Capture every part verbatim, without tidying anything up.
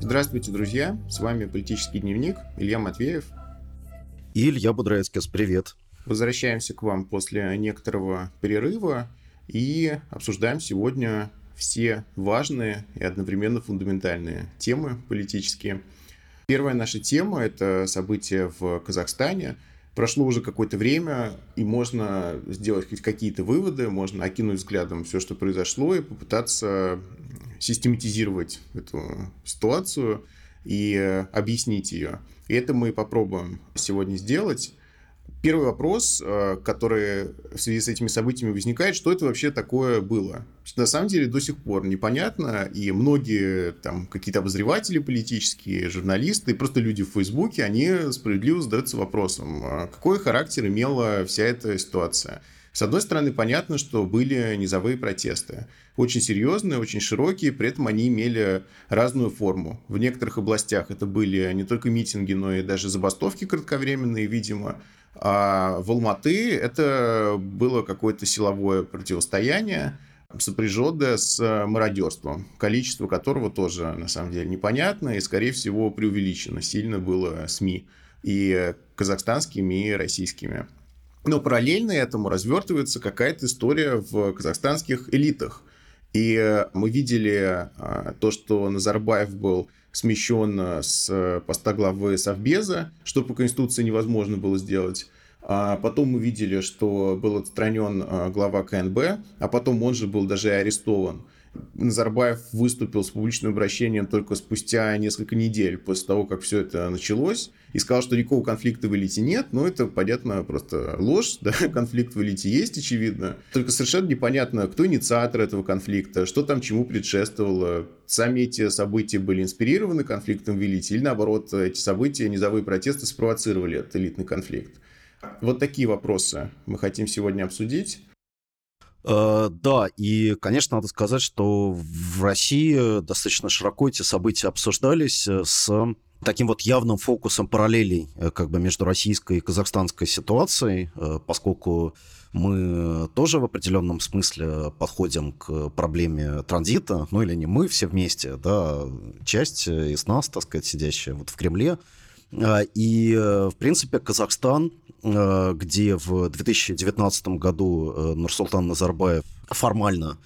Здравствуйте, друзья! С вами «Политический дневник», Илья Матвеев. И Илья Будрецкис. Привет. Возвращаемся к вам после некоторого перерыва и обсуждаем сегодня все важные и одновременно фундаментальные темы политические. Первая наша тема – это события в Казахстане. Прошло уже какое-то время, и можно сделать хоть какие-то выводы, можно окинуть взглядом все, что произошло, и попытаться систематизировать эту ситуацию и объяснить ее. И это мы попробуем сегодня сделать. Первый вопрос, который в связи с этими событиями возникает, что это вообще такое было? На самом деле до сих пор непонятно, и многие там какие-то обозреватели политические, журналисты, просто люди в Фейсбуке, они справедливо задаются вопросом, какой характер имела вся эта ситуация. С одной стороны, понятно, что были низовые протесты. Очень серьезные, очень широкие, при этом они имели разную форму. В некоторых областях это были не только митинги, но и даже забастовки кратковременные, видимо. А в Алматы это было какое-то силовое противостояние, сопряженное с мародерством, количество которого тоже, на самом деле, непонятно и, скорее всего, преувеличено сильно было СМИ, и казахстанскими, и российскими. Но параллельно этому развертывается какая-то история в казахстанских элитах. И мы видели то, что Назарбаев был смещен с поста главы Совбеза, что по Конституции невозможно было сделать. А потом мы видели, что был отстранен глава КНБ, а потом он же был даже и арестован. Назарбаев выступил с публичным обращением только спустя несколько недель после того, как все это началось, и сказал, что никакого конфликта в элите нет, но это, понятно, просто ложь, да? Конфликт в элите есть, очевидно, только совершенно непонятно, кто инициатор этого конфликта, что там чему предшествовало, сами эти события были инспирированы конфликтом в элите, или наоборот, эти события, низовые протесты спровоцировали этот элитный конфликт. Вот такие вопросы мы хотим сегодня обсудить. Uh, да, и, конечно, надо сказать, что в России достаточно широко эти события обсуждались с таким вот явным фокусом параллелей как бы между российской и казахстанской ситуацией, поскольку мы тоже в определенном смысле подходим к проблеме транзита, ну или не мы все вместе, да, часть из нас, так сказать, сидящая вот в Кремле. И, в принципе, Казахстан, где в две тысячи девятнадцатом году Нурсултан Назарбаев формально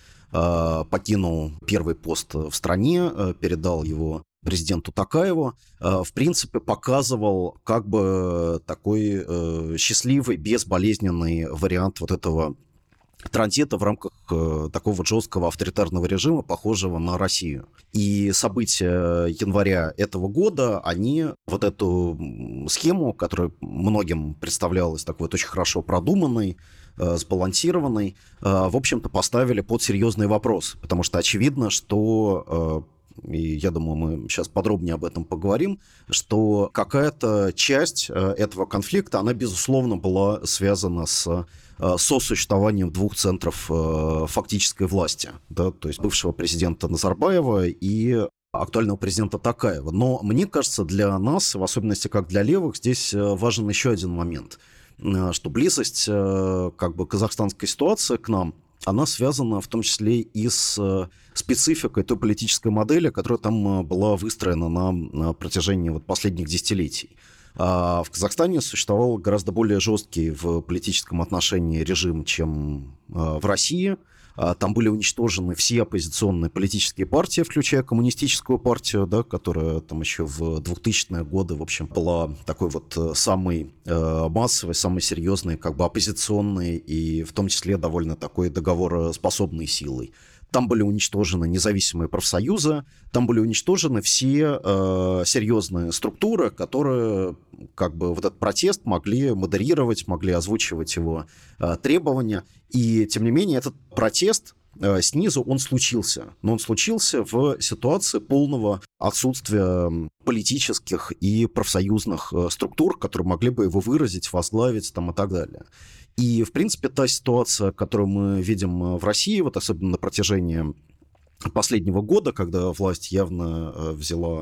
покинул первый пост в стране, передал его президенту Токаеву, в принципе, показывал как бы такой счастливый, безболезненный вариант вот этого транзита в рамках э, такого вот жесткого авторитарного режима, похожего на Россию. И события января этого года, они вот эту схему, которая многим представлялась такой вот очень хорошо продуманной, э, сбалансированной, э, в общем-то, поставили под серьезный вопрос. Потому что очевидно, что... Э, и я думаю, мы сейчас подробнее об этом поговорим, что какая-то часть этого конфликта, она, безусловно, была связана с сосуществованием двух центров фактической власти, да, то есть бывшего президента Назарбаева и актуального президента Токаева. Но мне кажется, для нас, в особенности как для левых, здесь важен еще один момент, что близость как бы казахстанской ситуации к нам, она связана в том числе и с спецификой той политической модели, которая там была выстроена на протяжении вот последних десятилетий. А в Казахстане существовал гораздо более жесткий в политическом отношении режим, чем в России. Там были уничтожены все оппозиционные политические партии, включая коммунистическую партию, да, которая там еще в двухтысячные годы, в общем, была такой вот самой э, массовой, самой серьезной, как бы оппозиционной и в том числе довольно такой договороспособной силой. Там были уничтожены независимые профсоюзы, там были уничтожены все э, серьезные структуры, которые как бы вот этот протест могли модерировать, могли озвучивать его э, требования. И тем не менее этот протест э, снизу, он случился. Но он случился в ситуации полного отсутствия политических и профсоюзных э, структур, которые могли бы его выразить, возглавить там, и так далее. И, в принципе, та ситуация, которую мы видим в России, вот особенно на протяжении последнего года, когда власть явно взяла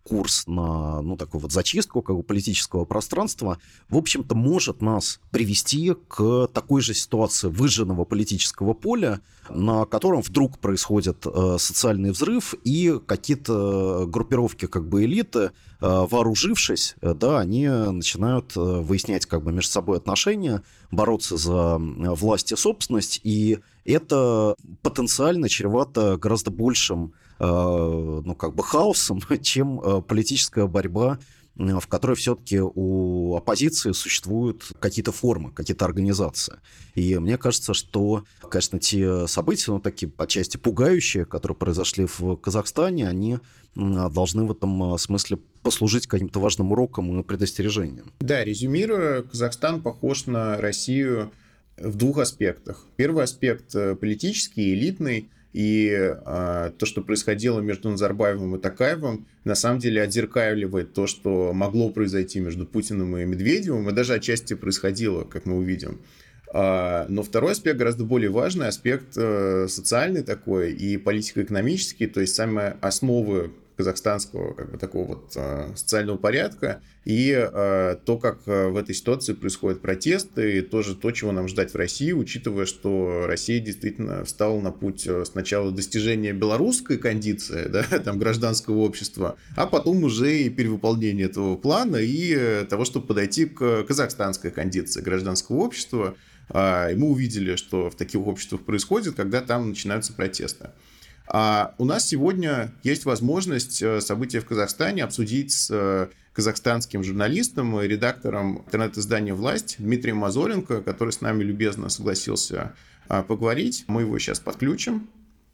курс на, ну, такую вот зачистку как бы политического пространства, в общем-то, может нас привести к такой же ситуации выжженного политического поля, на котором вдруг происходит э, социальный взрыв, и какие-то группировки как бы элиты, э, вооружившись, э, да, они начинают э, выяснять как бы между собой отношения, бороться за власть и собственность, и это потенциально чревато гораздо большим ну, как бы хаосом, чем политическая борьба, в которой все-таки у оппозиции существуют какие-то формы, какие-то организации. И мне кажется, что, конечно, те события, ну, такие отчасти пугающие, которые произошли в Казахстане, они должны в этом смысле послужить каким-то важным уроком и предостережением. Да, резюмируя, Казахстан похож на Россию в двух аспектах. Первый аспект политический, элитный, и э, то, что происходило между Назарбаевым и Токаевым, на самом деле отзеркаливает то, что могло произойти между Путиным и Медведевым, и даже отчасти происходило, как мы увидим. Э, но второй аспект, гораздо более важный, аспект э, социальный такой и политико-экономический, то есть самые основы казахстанского как бы такого вот э, социального порядка и э, то, как э, в этой ситуации происходят протесты, и тоже то, чего нам ждать в России, учитывая, что Россия действительно встала на путь сначала достижения белорусской кондиции, да, там, гражданского общества, а потом уже и перевыполнения этого плана и э, того, чтобы подойти к казахстанской кондиции гражданского общества. Э, и мы увидели, что в таких обществах происходит, когда там начинаются протесты. А у нас сегодня есть возможность события в Казахстане обсудить с казахстанским журналистом и редактором интернет-издания «Власть» Дмитрием Мозоленко, который с нами любезно согласился поговорить. Мы его сейчас подключим.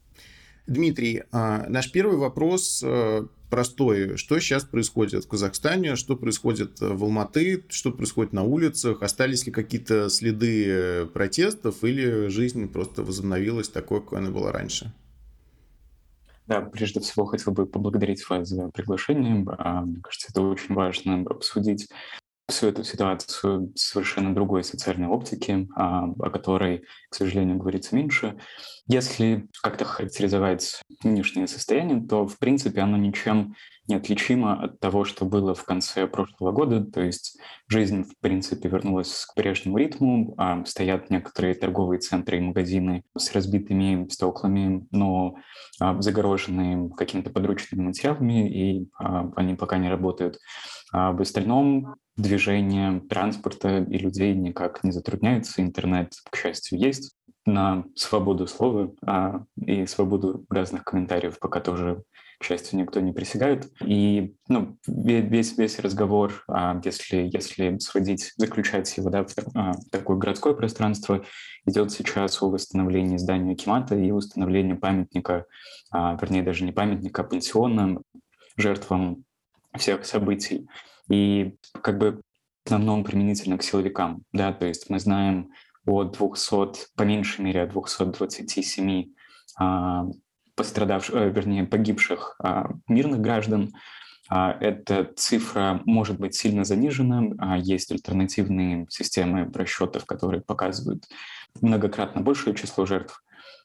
Дмитрий, наш первый вопрос простой. Что сейчас происходит в Казахстане? Что происходит в Алматы? Что происходит на улицах? Остались ли какие-то следы протестов или жизнь просто возобновилась такой, какой она была раньше? Да, прежде всего хотел бы поблагодарить вас за приглашение. Мне кажется, это очень важно обсудить всю эту ситуацию с совершенно другой социальной оптики, о которой, к сожалению, говорится меньше. Если как-то характеризовать нынешнее состояние, то, в принципе, оно ничем не отличимо от того, что было в конце прошлого года. То есть жизнь, в принципе, вернулась к прежнему ритму. Стоят некоторые торговые центры и магазины с разбитыми стеклами, но загороженные какими-то подручными материалами, и они пока не работают. А в остальном движение транспорта и людей никак не затрудняется. Интернет, к счастью, есть. На свободу слова а, и свободу разных комментариев пока тоже, к счастью, никто не присягает. И ну, весь, весь разговор, а, если, если сводить, заключать его да, в, а, в такое городское пространство, идет сейчас о восстановлении здания Акимата и установлении памятника, а, вернее, даже не памятника, а пансиона жертвам всех событий. И как бы в основном применительно к силовикам. Да? То есть мы знаем о двухсот, по меньшей мере, о двухстах двадцати семи а, пострадавших, вернее, погибших а, мирных граждан. А, эта цифра может быть сильно занижена. А, есть альтернативные системы расчетов, которые показывают многократно большее число жертв.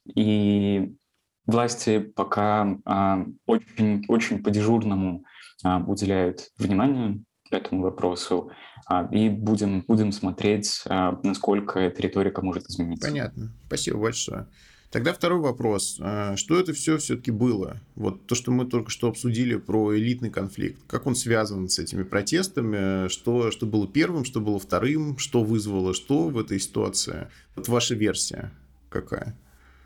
И власти пока а, очень, очень по-дежурному а, уделяют внимание этому вопросу, а, и будем, будем смотреть, а, насколько эта риторика может измениться. Понятно. Спасибо большое. Тогда второй вопрос. Что это все все-таки было? Вот то, что мы только что обсудили про элитный конфликт. Как он связан с этими протестами? Что, что было первым, что было вторым? Что вызвало что в этой ситуации? Вот ваша версия какая?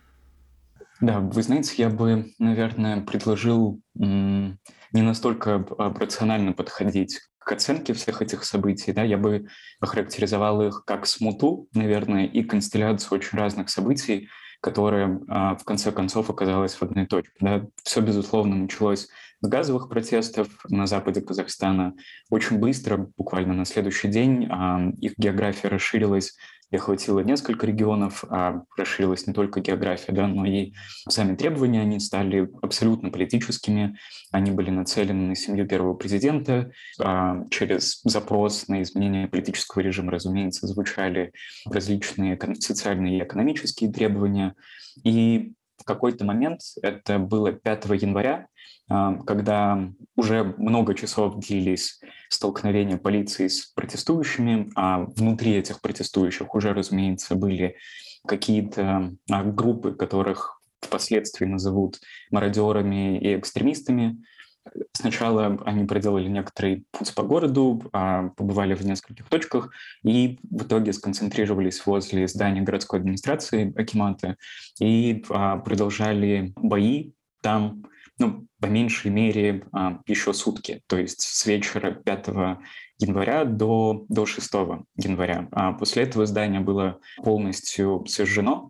Да, вы знаете, я бы, наверное, предложил м- не настолько рационально подходить к оценке всех этих событий. Да, я бы охарактеризовал их как смуту, наверное, и констелляцию очень разных событий, которая а, в конце концов оказалась в одной точке. Да. Все, безусловно, началось с газовых протестов на западе Казахстана. Очень быстро, буквально на следующий день, а, их география расширилась и охватила несколько регионов, а расширилась не только география, да, но и сами требования, они стали абсолютно политическими, они были нацелены на семью первого президента, а через запрос на изменение политического режима, разумеется, звучали различные социальные и экономические требования, и в какой-то момент, это было пятого января, когда уже много часов длились столкновения полиции с протестующими, а внутри этих протестующих уже, разумеется, были какие-то группы, которых впоследствии назовут мародерами и экстремистами. Сначала они проделали некоторый путь по городу, побывали в нескольких точках и в итоге сконцентрировались возле здания городской администрации акимата и продолжали бои там, ну, по меньшей мере, еще сутки, то есть с вечера пятого января до, до шестого января. А после этого здание было полностью сожжено.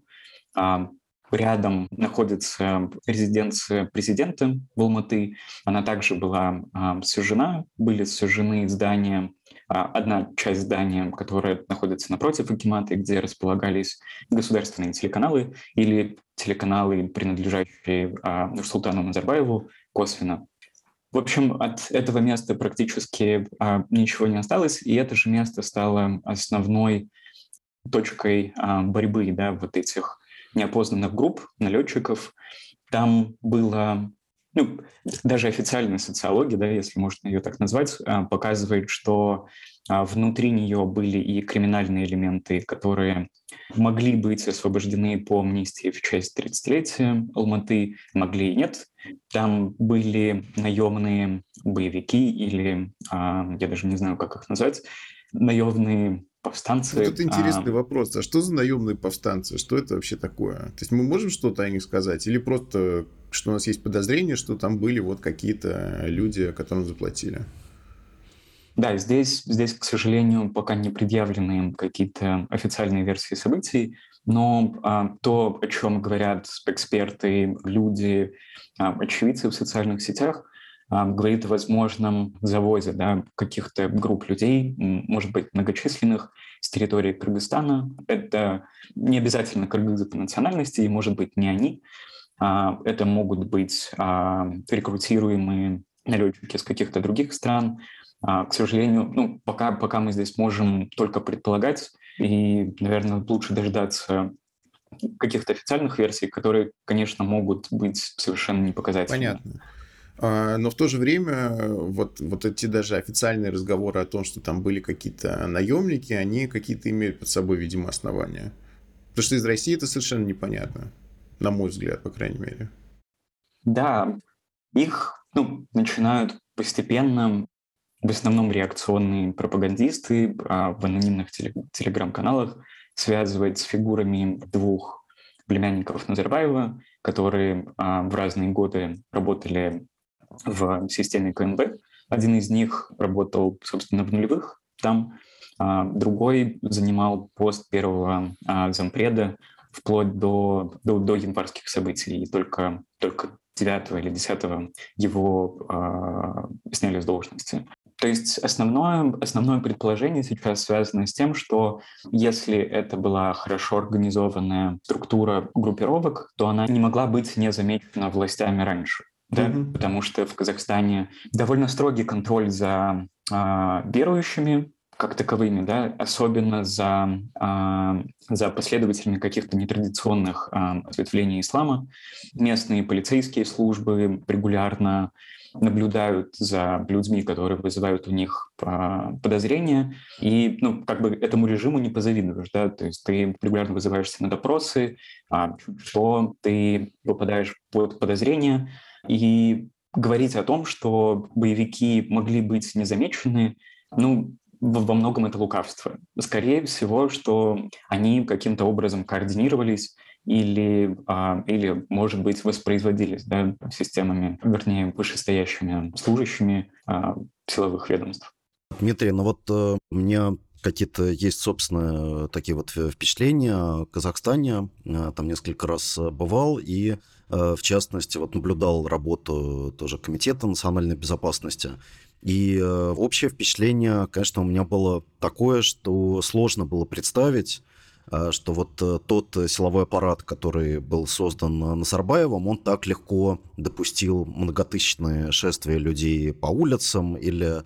Рядом находится резиденция президента в Алматы. Она также была а, сожжена. Были сожжены здания, а, одна часть здания, которая находится напротив акимата, где располагались государственные телеканалы или телеканалы, принадлежащие а, Нурсултану Назарбаеву, косвенно. В общем, от этого места практически а, ничего не осталось, и это же место стало основной точкой а, борьбы, да, вот этих неопознанных групп, налетчиков. Там было, ну, даже официальная социология, да, если можно ее так назвать, показывает, что внутри нее были и криминальные элементы, которые могли быть освобождены по амнистии в честь тридцатилетия Алматы, могли и нет. Там были наемные боевики или, я даже не знаю, как их назвать, наемные повстанцы. Вот это интересный а... вопрос. А что за наемные повстанцы? Что это вообще такое? То есть мы можем что-то о них сказать? Или просто, что у нас есть подозрение, что там были вот какие-то люди, которым заплатили? Да, здесь, здесь, к сожалению, пока не предъявлены какие-то официальные версии событий, но а, то, о чем говорят эксперты, люди, а, очевидцы в социальных сетях, говорит о возможном завозе, да, каких-то групп людей, может быть, многочисленных, с территории Кыргызстана. Это не обязательно кыргызы по национальности, и, может быть, не они. Это могут быть рекрутируемые налетчики с каких-то других стран. К сожалению, ну, пока, пока мы здесь можем только предполагать, и, наверное, лучше дождаться каких-то официальных версий, которые, конечно, могут быть совершенно непоказательными. Понятно. Но в то же время вот, вот эти даже официальные разговоры о том, что там были какие-то наемники, они какие-то имеют под собой, видимо, основания. Потому что из России это совершенно непонятно, на мой взгляд, по крайней мере. Да, их ну, начинают постепенно, в основном реакционные пропагандисты в анонимных телеграм-каналах связывать с фигурами двух племянников Назарбаева, которые в разные годы работали в системе ка эм бэ. Один из них работал, собственно, в нулевых там, а другой занимал пост первого а, зампреда вплоть до, до, до январских событий. И только, только девятого или десятого его а, сняли с должности. То есть основное, основное предположение сейчас связано с тем, что если это была хорошо организованная структура группировок, то она не могла быть не замечена властями раньше. Да? Mm-hmm. Потому что в Казахстане довольно строгий контроль за э, верующими как таковыми, да? Особенно за, э, за последователями каких-то нетрадиционных э, ответвлений ислама. Местные полицейские службы регулярно наблюдают за людьми, которые вызывают у них э, подозрения, и ну, как бы этому режиму не позавидуешь, да? То есть ты регулярно вызываешься на допросы, э, что ты попадаешь под подозрение. И говорить о том, что боевики могли быть незамечены, ну, во многом это лукавство. Скорее всего, что они каким-то образом координировались или, а, или может быть, воспроизводились, да, системами, вернее, вышестоящими служащими а, силовых ведомств. Дмитрий, ну вот э, у меня какие-то есть, собственно, такие вот впечатления о Казахстане. Там несколько раз бывал и, в частности, вот наблюдал работу тоже Комитета национальной безопасности. И общее впечатление, конечно, у меня было такое, что сложно было представить, что вот тот силовой аппарат, который был создан Назарбаевым, он так легко допустил многотысячные шествия людей по улицам или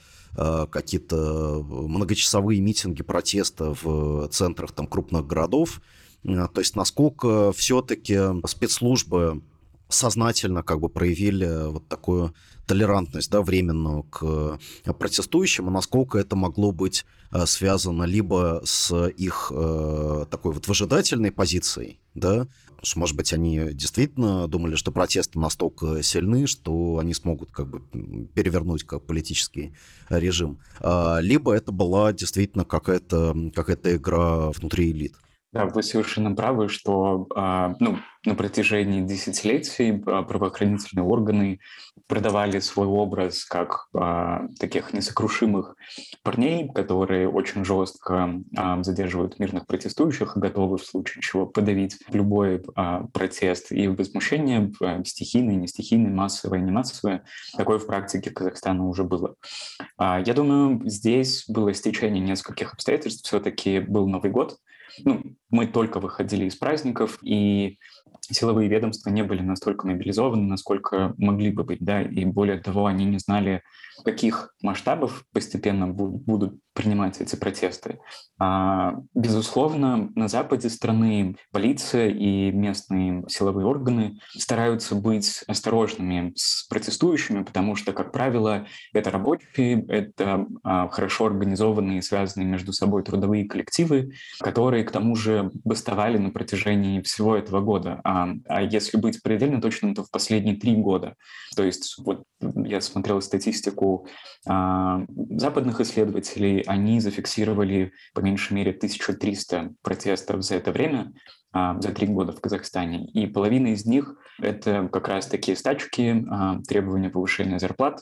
какие-то многочасовые митинги протеста в центрах там, крупных городов. То есть насколько все-таки спецслужбы сознательно как бы проявили вот такую толерантность, да, временную к протестующим, и насколько это могло быть связано либо с их э, такой вот выжидательной позицией, да, потому что, может быть, они действительно думали, что протесты настолько сильны, что они смогут как бы перевернуть как политический режим, а, либо это была действительно какая-то, какая-то игра внутри элит. Да, вы совершенно правы, что а, ну, на протяжении десятилетий а, правоохранительные органы продавали свой образ как а, таких несокрушимых парней, которые очень жестко а, задерживают мирных протестующих и готовы в случае чего подавить любой а, протест и возмущение, а, стихийное, не стихийное, массовое, не массовое. Такое в практике Казахстана уже было. А, я думаю, здесь было стечение нескольких обстоятельств. Все-таки был Новый год. Ну, мы только выходили из праздников, и силовые ведомства не были настолько мобилизованы, насколько могли бы быть, да, и более того, они не знали, каких масштабов постепенно будут принимать эти протесты. А, безусловно, на западе страны полиция и местные силовые органы стараются быть осторожными с протестующими, потому что, как правило, это рабочие, это а, хорошо организованные, связанные между собой трудовые коллективы, которые, к тому же, бастовали на протяжении всего этого года. А, а если быть предельно точным, то в последние три года. То есть вот я смотрел статистику а, западных исследователей, они зафиксировали по меньшей мере тысячу триста протестов за это время, а, за три года в Казахстане. И половина из них — это как раз такие стачки, а, требования повышения зарплат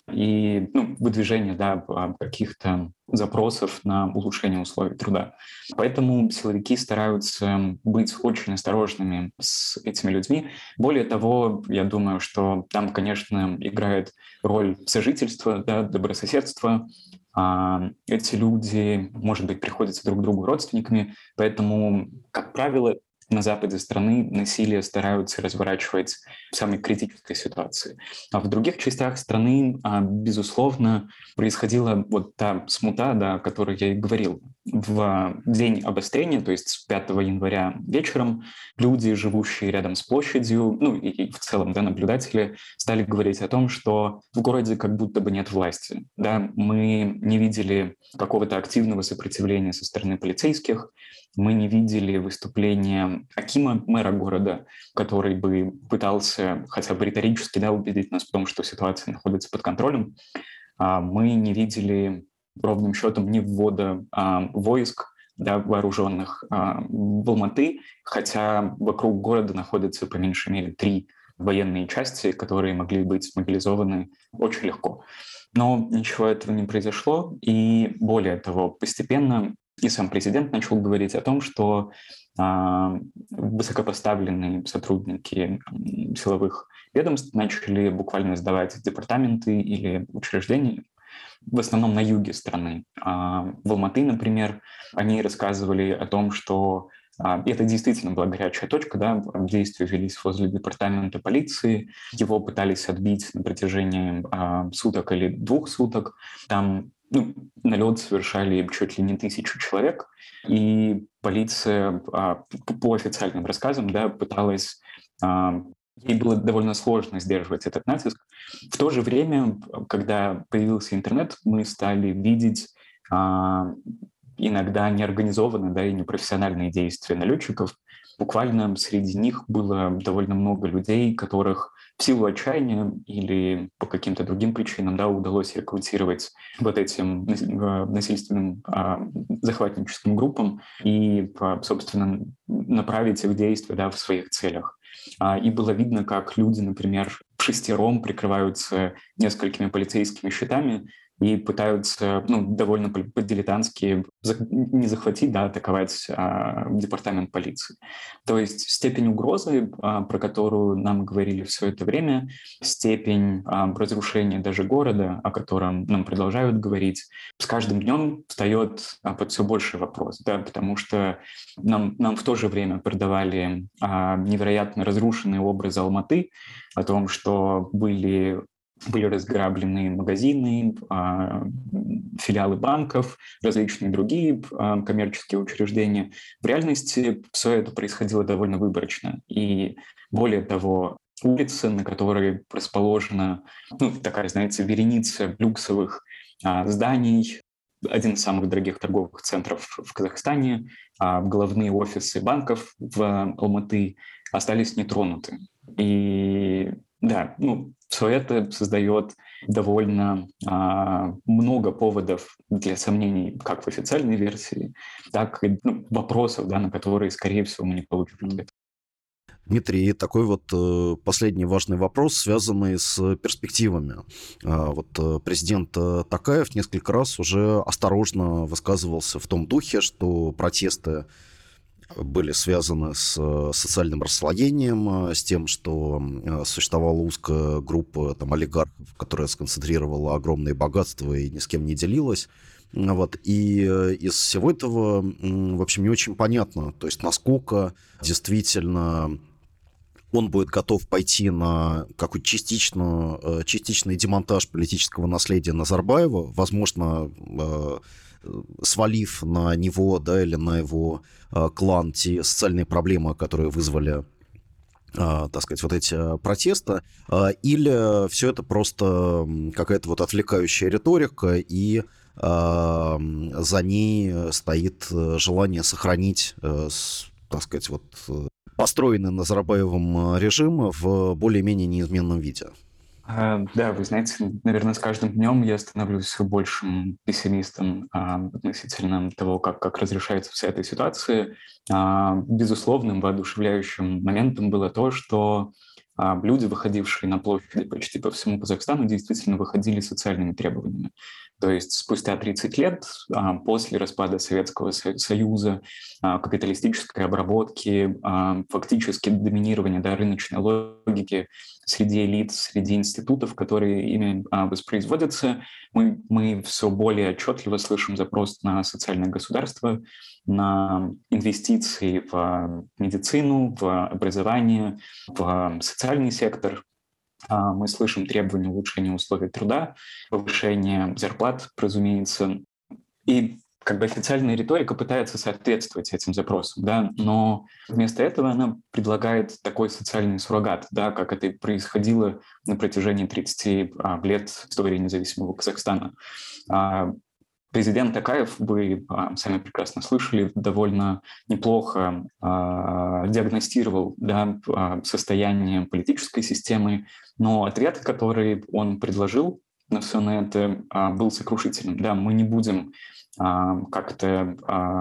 и ну, выдвижение, да, каких-то запросов на улучшение условий труда. Поэтому силовики стараются быть очень осторожными с этими людьми. Более того, я думаю, что там, конечно, играет роль сожительства, да, добрососедства. А эти люди, может быть, приходятся друг другу родственниками, поэтому, как правило, на западе страны насилие стараются разворачивать в самой критической ситуации. А в других частях страны, безусловно, происходила вот та смута, да, о которой я и говорил. В день обострения, то есть с пятого января вечером, люди, живущие рядом с площадью, ну и в целом, да, наблюдатели, стали говорить о том, что в городе как будто бы нет власти. Да? Мы не видели какого-то активного сопротивления со стороны полицейских, мы не видели выступления акима, мэра города, который бы пытался хотя бы риторически, да, убедить нас в том, что ситуация находится под контролем. Мы не видели ровным счетом ни ввода а, войск, да, вооруженных а, в Алматы, хотя вокруг города находятся по меньшей мере три военные части, которые могли быть мобилизованы очень легко. Но ничего этого не произошло, и более того, постепенно и сам президент начал говорить о том, что а, высокопоставленные сотрудники силовых ведомств начали буквально сдавать департаменты или учреждения, в основном на юге страны. А в Алматы, например, они рассказывали о том, что а, это действительно была горячая точка, да, действия велись возле департамента полиции, его пытались отбить на протяжении а, суток или двух суток. Там ну, налет совершали чуть ли не тысячу человек, и полиция, а, по официальным рассказам, да, пыталась... А, ей было довольно сложно сдерживать этот натиск. В то же время, когда появился интернет, мы стали видеть а, иногда неорганизованные, да, и непрофессиональные действия налетчиков. Буквально среди них было довольно много людей, которых в силу отчаяния или по каким-то другим причинам, да, удалось рекрутировать вот этим насильственным а, захватническим группам и, собственно, направить их действия, да, в своих целях. А, и было видно, как люди, например, шестером прикрываются несколькими полицейскими щитами и пытаются, ну, довольно по-дилетантски не захватить, да, атаковать а, департамент полиции. То есть степень угрозы, а, про которую нам говорили все это время, степень а, разрушения даже города, о котором нам продолжают говорить, с каждым днем встает а, под все больший вопрос, да, потому что нам, нам в то же время продавали а, невероятно разрушенные образы Алматы, о том, что были были разграблены магазины, филиалы банков, различные другие коммерческие учреждения. В реальности все это происходило довольно выборочно. И более того, улицы, на которой расположена, ну, такая, знаете, вереница люксовых зданий, один из самых дорогих торговых центров в Казахстане, головные офисы банков в Алматы остались нетронуты. И да, ну, все это создает довольно а, много поводов для сомнений как в официальной версии, так и ну, вопросов, да, на которые, скорее всего, мы не получим ответ. Дмитрий, такой вот э, последний важный вопрос, связанный с перспективами. А, вот э, президент э, Токаев несколько раз уже осторожно высказывался в том духе, что протесты были связаны с э, социальным расслоением, э, с тем, что э, существовала узкая группа там, олигархов, которая сконцентрировала огромные богатства и ни с кем не делилась. Вот. И э, из всего этого, м, в общем, не очень понятно, то есть насколько действительно он будет готов пойти на какой-то частично, э, частичный демонтаж политического наследия Назарбаева, возможно, э, свалив на него, да, или на его э, клан те социальные проблемы, которые вызвали, э, так сказать, вот эти э, протесты, э, или все это просто какая-то вот отвлекающая риторика, и э, за ней стоит желание сохранить, э, с, так сказать, вот построенный Назарбаевым режим в более-менее неизменном виде. Да, вы знаете, наверное, с каждым днем я становлюсь все большим пессимистом а, относительно того, как, как разрешается вся эта ситуация. А, безусловным воодушевляющим моментом было то, что а, люди, выходившие на площади почти по всему Казахстану, действительно выходили с социальными требованиями. То есть спустя тридцать лет а, после распада Советского Союза, а, капиталистической обработки, а, фактически доминирования, да, рыночной логики среди элит, среди институтов, которые ими а, воспроизводятся, мы, мы все более отчетливо слышим запрос на социальное государство, на инвестиции в медицину, в образование, в социальный сектор. А, мы слышим требования улучшения условий труда, повышения зарплат, разумеется. И как бы официальная риторика пытается соответствовать этим запросам, да, но вместо этого она предлагает такой социальный суррогат, да, как это и происходило на протяжении тридцати лет истории независимого Казахстана. Президент Токаев, вы сами прекрасно слышали, довольно неплохо диагностировал, да, состояние политической системы, но ответ, который он предложил на все на это, был сокрушительным. Да, мы не будем как-то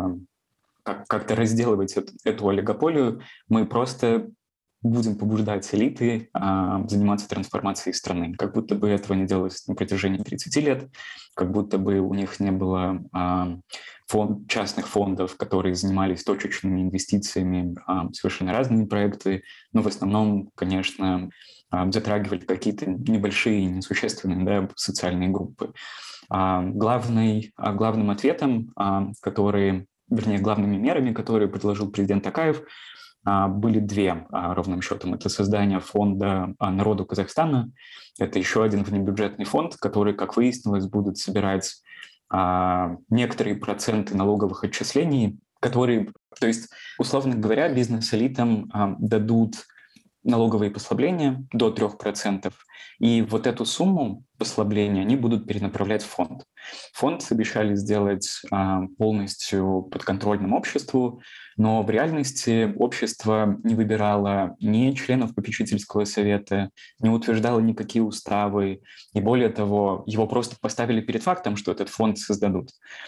как- как-то разделывать эту, эту олигополию, мы просто будем побуждать элиты а, заниматься трансформацией страны. Как будто бы этого не делалось на протяжении тридцати лет, как будто бы у них не было а, фонд, частных фондов, которые занимались точечными инвестициями а, в совершенно разные проекты, но в основном, конечно, а, затрагивали какие-то небольшие, несущественные, да, социальные группы. А, главный, а, главным ответом, а, который, вернее, главными мерами, которые предложил президент Токаев, были две, ровным счетом. Это создание фонда народу Казахстана. Это еще один внебюджетный фонд, который, как выяснилось, будет собирать некоторые проценты налоговых отчислений, которые, то есть, условно говоря, бизнес-элитам дадут налоговые послабления до трех процентов, и вот эту сумму послабления они будут перенаправлять в фонд. Фонд обещали сделать а, полностью подконтрольным обществу, но в реальности общество не выбирало ни членов попечительского совета, не утверждало никакие уставы, и более того, его просто поставили перед фактом, что этот фонд создадут.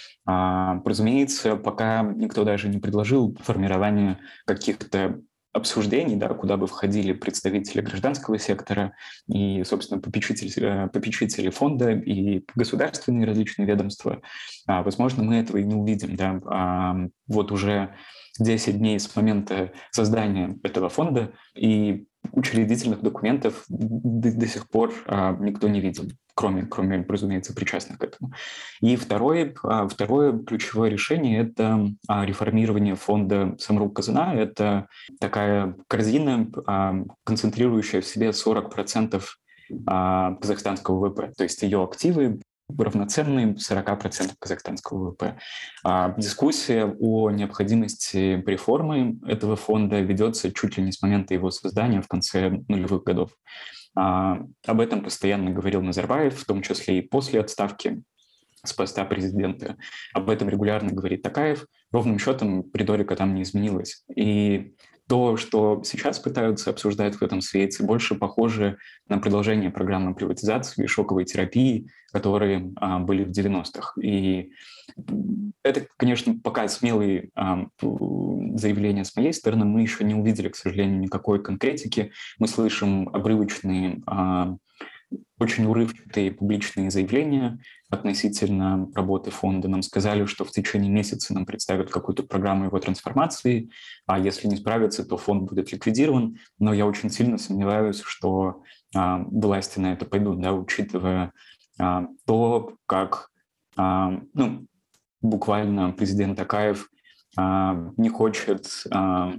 А, разумеется, пока никто даже не предложил формирование каких-то обсуждений, да, куда бы входили представители гражданского сектора и, собственно, попечители, попечители фонда и государственные различные ведомства. А, возможно, мы этого и не увидим. Да. А, вот уже десять дней с момента создания этого фонда, и учредительных документов до, до сих пор а, никто не видел, кроме, кроме, разумеется, причастных к этому. И второе, а, второе ключевое решение – это а, реформирование фонда Самрук-Казына. Это такая корзина, а, концентрирующая в себе сорок процентов а, казахстанского ВВП. То есть ее активы равноценны сорока процентам казахстанского ВВП. А дискуссия о необходимости реформы этого фонда ведется чуть ли не с момента его создания в конце нулевых годов. А, об этом постоянно говорил Назарбаев, в том числе и после отставки с поста президента. Об этом регулярно говорит Токаев. Ровным счетом риторика там не изменилась. И то, что сейчас пытаются обсуждать в этом свете, больше похоже на продолжение программы приватизации и шоковой терапии, которые а, были в девяностых. И это, конечно, пока смелые а, заявления с моей стороны. Мы еще не увидели, к сожалению, никакой конкретики. Мы слышим обрывочные, а, очень урывчатые публичные заявления относительно работы фонда. Нам сказали, что в течение месяца нам представят какую-то программу его трансформации, а если не справятся, то фонд будет ликвидирован. Но я очень сильно сомневаюсь, что а, власти на это пойдут, да, учитывая а, то, как а, ну, буквально президент Токаев а, не хочет а,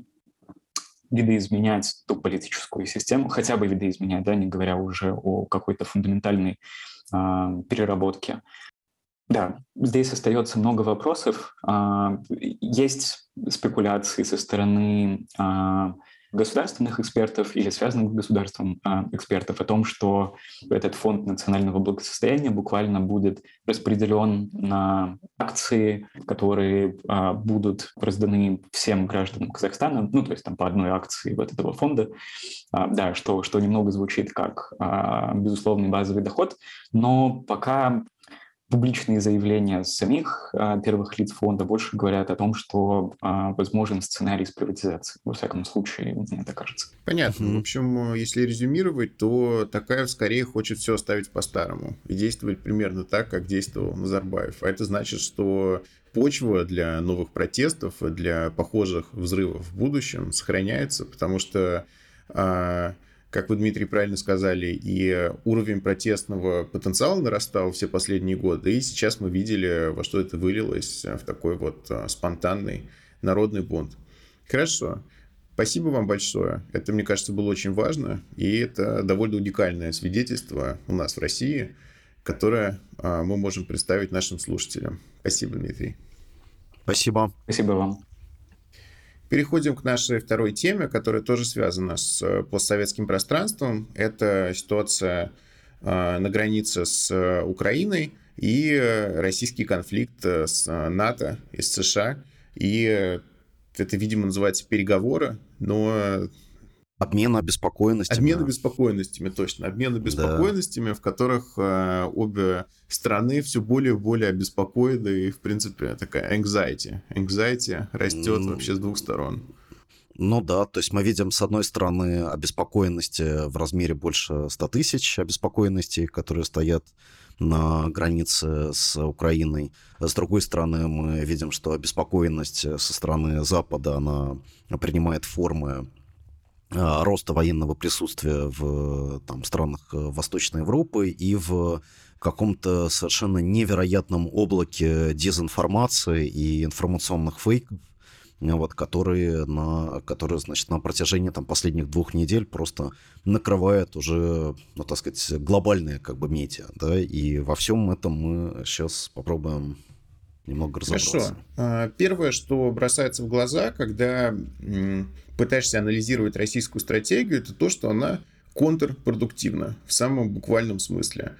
видоизменять ту политическую систему, хотя бы видоизменять, да, не говоря уже о какой-то фундаментальной а, переработке. Да, здесь остается много вопросов. А, есть спекуляции со стороны а, государственных экспертов или связанных с государством а, экспертов о том, что этот фонд национального благосостояния буквально будет распределен на акции, которые а, будут разданы всем гражданам Казахстана, ну, то есть там по одной акции вот этого фонда, а, да, что, что немного звучит как а, безусловный базовый доход, но пока публичные заявления самих а, первых лиц фонда больше говорят о том, что а, возможен сценарий с приватизацией. Во всяком случае, мне это кажется. Понятно. Mm-hmm. В общем, если резюмировать, то Токаев скорее хочет все оставить по-старому и действовать примерно так, как действовал Назарбаев. А это значит, что почва для новых протестов, для похожих взрывов в будущем сохраняется, потому что... А, как вы, Дмитрий, правильно сказали, и уровень протестного потенциала нарастал все последние годы, и сейчас мы видели, во что это вылилось в такой вот спонтанный народный бунт. Хорошо. Спасибо вам большое. Это, мне кажется, было очень важно, и это довольно уникальное свидетельство у нас в России, которое мы можем представить нашим слушателям. Спасибо, Дмитрий. Спасибо. Спасибо вам. Переходим к нашей второй теме, которая тоже связана с постсоветским пространством. Это ситуация на границе с Украиной и российский конфликт с НАТО и с США. И это, видимо, называется переговоры, но... Обмен обеспокоенностями. Обмен обеспокоенностями, точно. Обмен обеспокоенностями, да. В которых э, обе страны все более и более обеспокоены. И, в принципе, такая anxiety. Anxiety растет mm. вообще с двух сторон. Ну да, то есть мы видим, с одной стороны, обеспокоенности в размере больше ста тысяч обеспокоенностей, которые стоят на границе с Украиной. С другой стороны, мы видим, что обеспокоенность со стороны Запада, она принимает формы роста военного присутствия в там, странах Восточной Европы и в каком-то совершенно невероятном облаке дезинформации и информационных фейков, вот, которые, на, которые значит, на протяжении там, последних двух недель просто накрывают уже, ну, так сказать, глобальные как бы, медиа. Да? И во всем этом мы сейчас попробуем немного разобраться. Хорошо. Первое, что бросается в глаза, когда пытаешься анализировать российскую стратегию, это то, что она контрпродуктивна в самом буквальном смысле.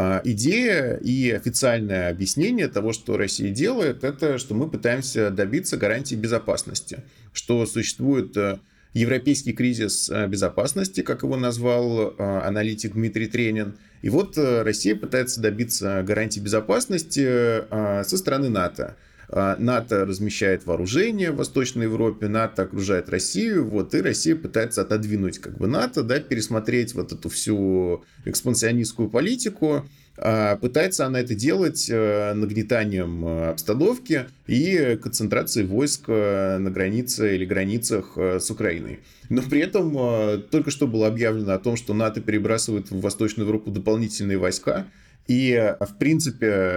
Идея и официальное объяснение того, что Россия делает, это что мы пытаемся добиться гарантии безопасности, что существует европейский кризис безопасности, как его назвал аналитик Дмитрий Тренин. И вот Россия пытается добиться гарантии безопасности со стороны НАТО. НАТО размещает вооружение в Восточной Европе, НАТО окружает Россию, вот, и Россия пытается отодвинуть как бы НАТО, да, пересмотреть вот эту всю экспансионистскую политику. Пытается она это делать нагнетанием обстановки и концентрацией войск на границе или границах с Украиной. Но при этом только что было объявлено о том, что НАТО перебрасывает в Восточную Европу дополнительные войска. И, в принципе,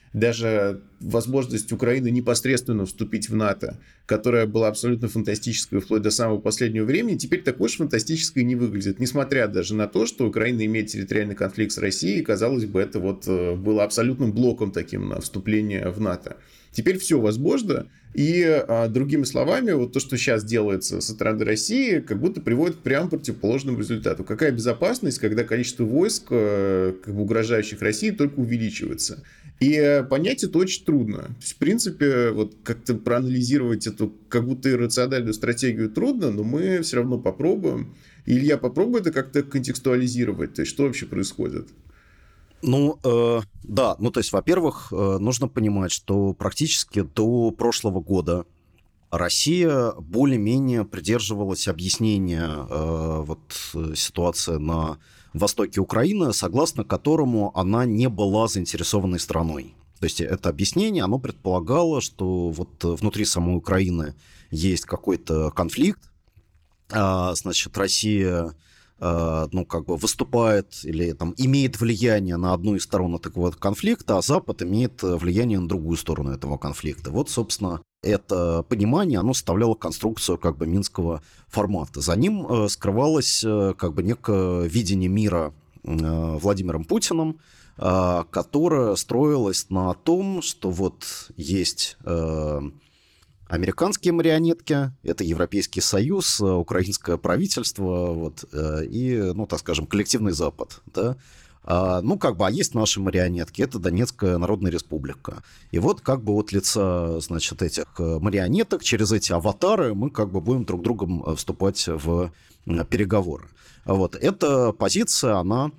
даже возможность Украины непосредственно вступить в НАТО, которая была абсолютно фантастической вплоть до самого последнего времени, теперь такой уж фантастической не выглядит, несмотря даже на то, что Украина имеет территориальный конфликт с Россией, и, казалось бы, это вот было абсолютным блоком таким на вступление в НАТО. Теперь все возможно, и, а, другими словами, вот то, что сейчас делается со стороны России, как будто приводит к прямо противоположному результату. Какая безопасность, когда количество войск, как бы угрожающих России, только увеличивается? И понять это очень трудно. То есть, в принципе, вот как-то проанализировать эту как будто иррациональную стратегию трудно, но мы все равно попробуем. И Илья, попробуй это как-то контекстуализировать. То есть, что вообще происходит? Ну, э, да, ну то есть, во-первых, э, нужно понимать, что практически до прошлого года Россия более-менее придерживалась объяснения э, вот, ситуации на востоке Украины, согласно которому она не была заинтересованной страной. То есть это объяснение, оно предполагало, что вот внутри самой Украины есть какой-то конфликт, а, значит, Россия... ну, как бы выступает или там имеет влияние на одну из сторон этого конфликта, а Запад имеет влияние на другую сторону этого конфликта. Вот, собственно, это понимание, оно составляло конструкцию как бы минского формата. За ним э, скрывалось э, как бы некое видение мира э, Владимиром Путиным, э, которое строилось на том, что вот есть... Э, американские марионетки, это Европейский Союз, украинское правительство, вот, и, ну, так скажем, коллективный Запад, да. А, ну, как бы, а есть наши марионетки, это Донецкая Народная Республика. И вот, как бы, от лица, значит, этих марионеток, через эти аватары мы, как бы, будем друг с другом вступать в переговоры. Вот, эта позиция, она...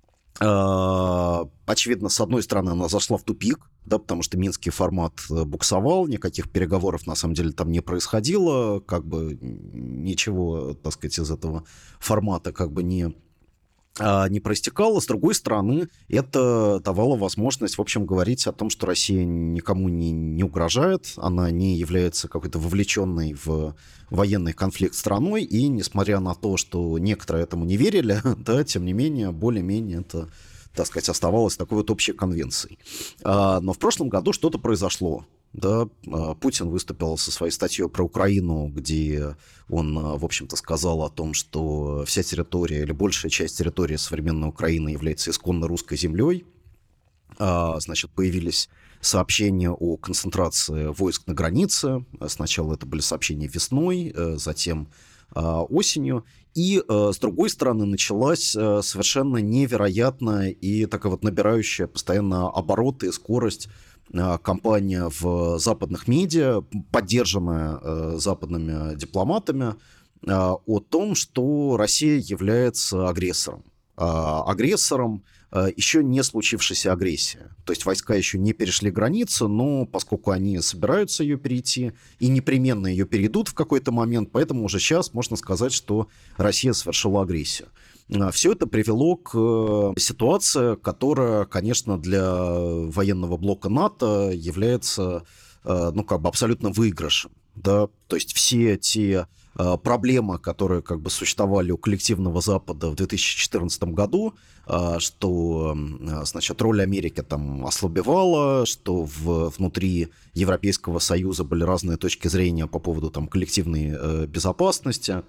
очевидно, с одной стороны, она зашла в тупик, да, потому что минский формат буксовал, никаких переговоров, на самом деле, там не происходило, как бы ничего, так сказать, из этого формата как бы не, не проистекало. С другой стороны, это давало возможность, в общем, говорить о том, что Россия никому не, не угрожает, она не является какой-то вовлеченной в военный конфликт страной, и несмотря на то, что некоторые этому не верили, да, тем не менее, более-менее это, так сказать, оставалось такой вот общей конвенцией. А, но в прошлом году что-то произошло. Да, Путин выступил со своей статьей про Украину, где он, в общем-то, сказал о том, что вся территория или большая часть территории современной Украины является исконно русской землей. А, значит, появились сообщения о концентрации войск на границе. Сначала это были сообщения весной, затем осенью. И, с другой стороны, началась совершенно невероятная и такая вот набирающая постоянно обороты и скорость кампания в западных медиа, поддержанная западными дипломатами, о том, что Россия является агрессором. Агрессором еще не случившейся агрессии. То есть войска еще не перешли границу, но поскольку они собираются ее перейти и непременно ее перейдут в какой-то момент, поэтому уже сейчас можно сказать, что Россия совершила агрессию. Все это привело к ситуации, которая, конечно, для военного блока НАТО является, ну, как бы абсолютно выигрышем. Да? То есть все те проблемы, которые как бы существовали у коллективного Запада в две тысячи четырнадцатом году, что, значит, роль Америки там ослабевала, что в, внутри Европейского Союза были разные точки зрения по поводу там коллективной безопасности,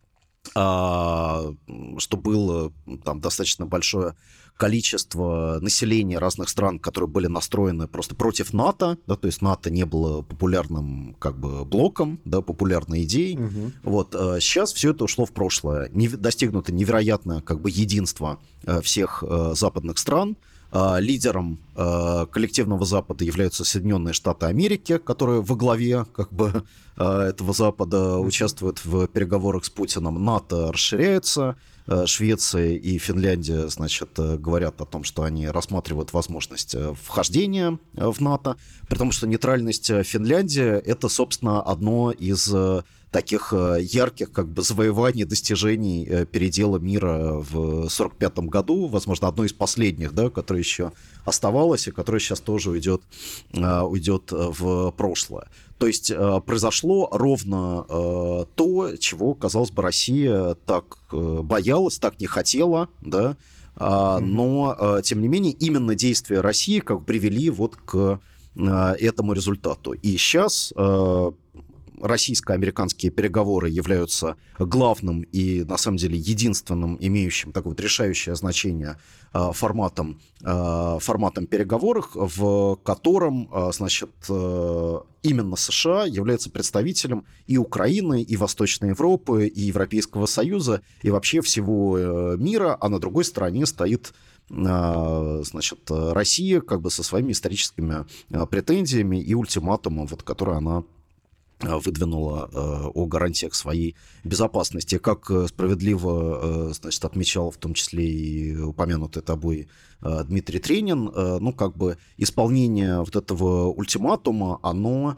что было там достаточно большое количество населения разных стран, которые были настроены просто против НАТО, да, то есть НАТО не было популярным как бы блоком, да, популярной идеей. Угу. Вот, сейчас все это ушло в прошлое. Не, достигнуто невероятное как бы единство всех западных стран. Лидером коллективного Запада являются Соединенные Штаты Америки, которые во главе как бы этого Запада участвуют в переговорах с Путиным. НАТО расширяется. Швеция и Финляндия, значит, говорят о том, что они рассматривают возможность вхождения в НАТО, при том, что нейтральность Финляндии – это, собственно, одно из таких ярких как бы завоеваний, достижений передела мира в сорок пятом году, возможно, одно из последних, да, которое еще оставалось и которое сейчас тоже уйдет, уйдет в прошлое. То есть произошло ровно то, чего, казалось бы, Россия так боялась, так не хотела, да, А, но, а, тем не менее, именно действия России как бы привели вот к а, этому результату. И сейчас а, российско-американские переговоры являются главным и, на самом деле, единственным имеющим такое вот решающее значение а, форматом, а, форматом переговоров, в котором, а, значит, а, именно США является представителем и Украины, и Восточной Европы, и Европейского Союза, и вообще всего мира, а на другой стороне стоит, значит, Россия как бы со своими историческими претензиями и упультиматумом, вот, который она выдвинула о гарантиях своей безопасности. Как справедливо, значит, отмечал в том числе и упомянутый тобой Дмитрий Тренин, ну, как бы исполнение вот этого ультиматума, оно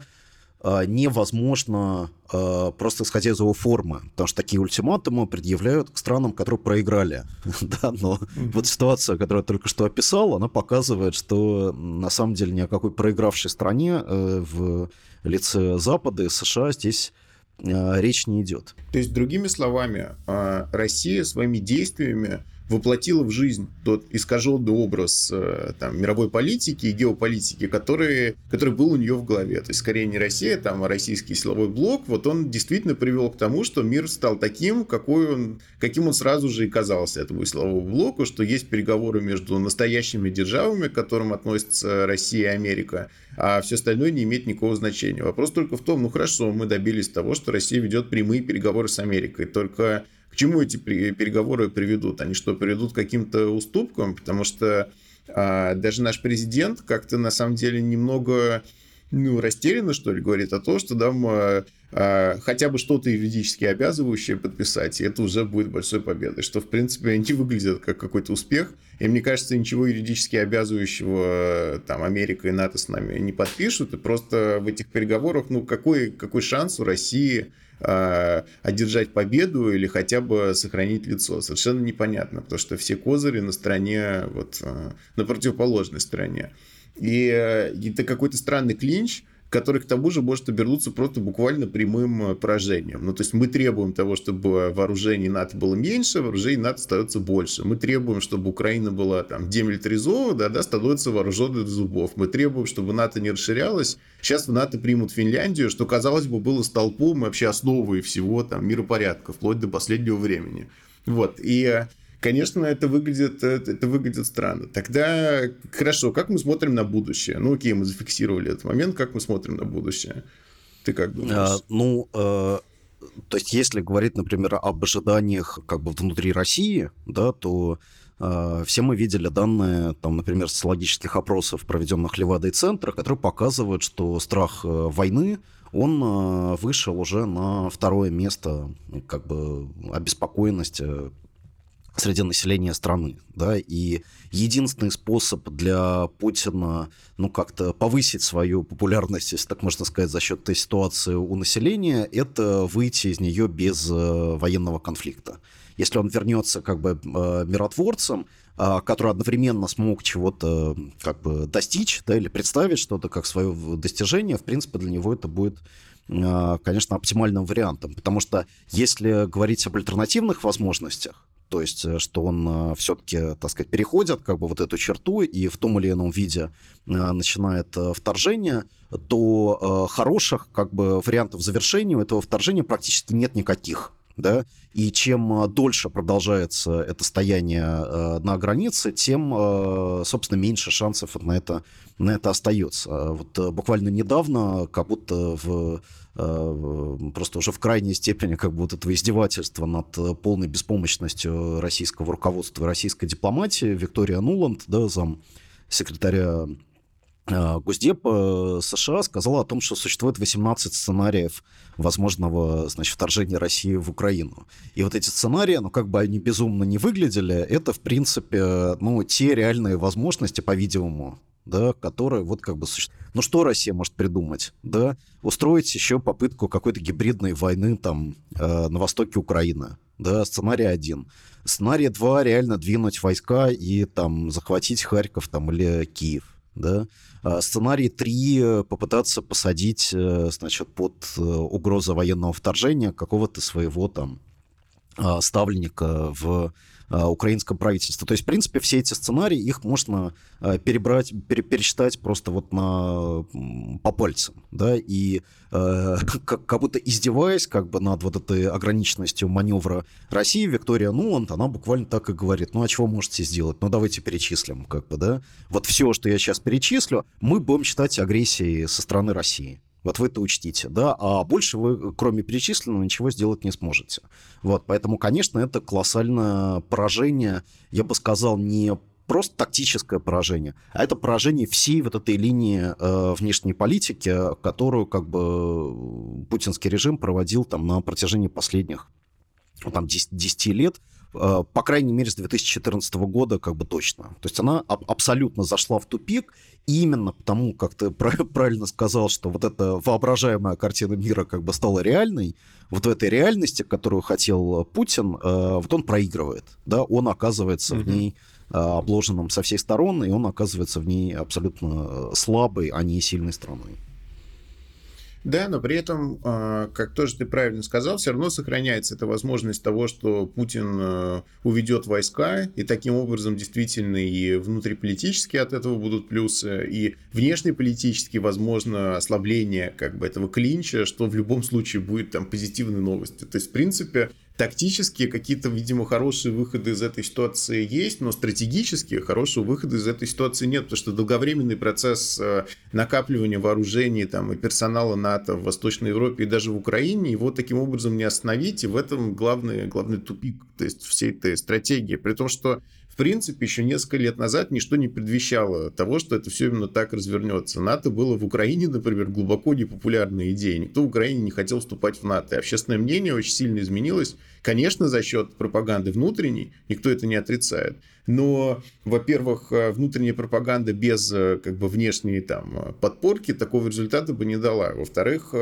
невозможно просто исходя из его формы, потому что такие ультиматумы предъявляют к странам, которые проиграли. Да, но mm-hmm. вот ситуация, которую я только что описал, она показывает, что на самом деле ни о какой проигравшей стране в лице Запада и США здесь речь не идет. То есть, другими словами, Россия своими действиями воплотила в жизнь тот искаженный образ там, мировой политики и геополитики, который, который был у нее в голове. То есть, скорее не Россия, там, а российский силовой блок. Вот он действительно привел к тому, что мир стал таким, какой он, каким он сразу же и казался этому силовому блоку, что есть переговоры между настоящими державами, к которым относятся Россия и Америка, а все остальное не имеет никакого значения. Вопрос только в том, ну хорошо, мы добились того, что Россия ведет прямые переговоры с Америкой, только к чему эти переговоры приведут? Они что, приведут к каким-то уступкам? Потому что а, даже наш президент как-то на самом деле немного ну, растерянно, что ли, говорит о том, что нам а, а, хотя бы что-то юридически обязывающее подписать, и это уже будет большой победой, что, в принципе, не выглядит как какой-то успех. И мне кажется, ничего юридически обязывающего там Америка и НАТО с нами не подпишут, и просто в этих переговорах, ну, какой, какой шанс у России одержать победу или хотя бы сохранить лицо. Совершенно непонятно, потому что все козыри на стороне, вот, на противоположной стороне. И это какой-то странный клинч, который к тому же может обернуться просто буквально прямым поражением. Ну, то есть мы требуем того, чтобы вооружений НАТО было меньше, вооружений НАТО становится больше. Мы требуем, чтобы Украина была там демилитаризована, да, да, становится вооруженной до зубов. Мы требуем, чтобы НАТО не расширялось. Сейчас в НАТО примут Финляндию, что, казалось бы, было столпом и вообще основой всего там миропорядка, вплоть до последнего времени. Вот. И конечно, это выглядит, это выглядит странно. Тогда, хорошо, как мы смотрим на будущее? Ну, окей, мы зафиксировали этот момент, как мы смотрим на будущее? Ты как думаешь? А, ну, э, то есть, если говорить, например, об ожиданиях как бы внутри России, да, то э, все мы видели данные, там, например, социологических опросов, проведенных Левадой-центром, которые показывают, что страх войны, он вышел уже на второе место как бы обеспокоенности среди населения страны, да, и единственный способ для Путина, ну, как-то повысить свою популярность, если так можно сказать, за счет этой ситуации у населения, это выйти из нее без военного конфликта. Если он вернется как бы миротворцем, который одновременно смог чего-то как бы достичь, да, или представить что-то как свое достижение, в принципе, для него это будет, конечно, оптимальным вариантом, потому что если говорить об альтернативных возможностях, то есть, что он все-таки, так сказать, переходит как бы вот эту черту и в том или ином виде начинает вторжение, то хороших как бы вариантов завершения у этого вторжения практически нет никаких. Да? И чем дольше продолжается это стояние на границе, тем, собственно, меньше шансов на это, на это остается. Вот буквально недавно, как будто в просто уже в крайней степени как бы вот этого издевательства над полной беспомощностью российского руководства, российской дипломатии, Виктория Нуланд, да, зам секретаря Госдепа США, сказала о том, что существует восемнадцать сценариев возможного, значит, вторжения России в Украину. И вот эти сценарии, ну, как бы они безумно не выглядели, это, в принципе, ну, те реальные возможности, по-видимому, да, которые вот как бы существуют. Ну, что Россия может придумать? Да? Устроить еще попытку какой-то гибридной войны там э, на востоке Украины. Да, сценарий один. Сценарий два — реально двинуть войска и там захватить Харьков там, или Киев. Да? А сценарий три — попытаться посадить, значит, под угрозу военного вторжения какого-то своего там ставленника в украинском правительстве. То есть, в принципе, все эти сценарии, их можно перебрать, пере, пересчитать просто вот на, по пальцам, да, и э, как, как будто издеваясь как бы над вот этой ограниченностью маневра России, Виктория Нуланд, она буквально так и говорит: ну, а чего можете сделать? Ну, давайте перечислим, как бы, да. Вот все, что я сейчас перечислю, мы будем считать агрессией со стороны России. Вот вы это учтите, да, а больше вы, кроме перечисленного, ничего сделать не сможете. Вот, поэтому, конечно, это колоссальное поражение, я бы сказал, не просто тактическое поражение, а это поражение всей вот этой линии э, внешней политики, которую, как бы, путинский режим проводил там на протяжении последних, ну, там, десяти лет, по крайней мере, с две тысячи четырнадцатого года, как бы точно. То есть она аб- абсолютно зашла в тупик, и именно потому, как ты правильно сказал, что вот эта воображаемая картина мира как бы стала реальной, вот в этой реальности, которую хотел Путин, вот он проигрывает, да, он оказывается mm-hmm. в ней обложенным со всех сторон, и он оказывается в ней абсолютно слабой, а не сильной страной. Да, но при этом, как тоже ты правильно сказал, все равно сохраняется эта возможность того, что Путин уведет войска, и таким образом действительно и внутриполитические от этого будут плюсы, и внешнеполитические, возможно, ослабление как бы этого клинча, что в любом случае будет там позитивной новостью. То есть, в принципе, тактические какие-то, видимо, хорошие выходы из этой ситуации есть, но стратегические хорошего выхода из этой ситуации нет, потому что долговременный процесс накапливания вооружений там, и персонала НАТО в Восточной Европе и даже в Украине, его таким образом не остановить, и в этом главный, главный тупик, то есть всей этой стратегии. При том, что в принципе, еще несколько лет назад ничто не предвещало того, что это все именно так развернется. НАТО было в Украине, например, глубоко непопулярной идеей. Никто в Украине не хотел вступать в НАТО. И общественное мнение очень сильно изменилось. Конечно, за счет пропаганды внутренней, никто это не отрицает. Но, во-первых, внутренняя пропаганда без как бы, внешней там, подпорки такого результата бы не дала. Во-вторых,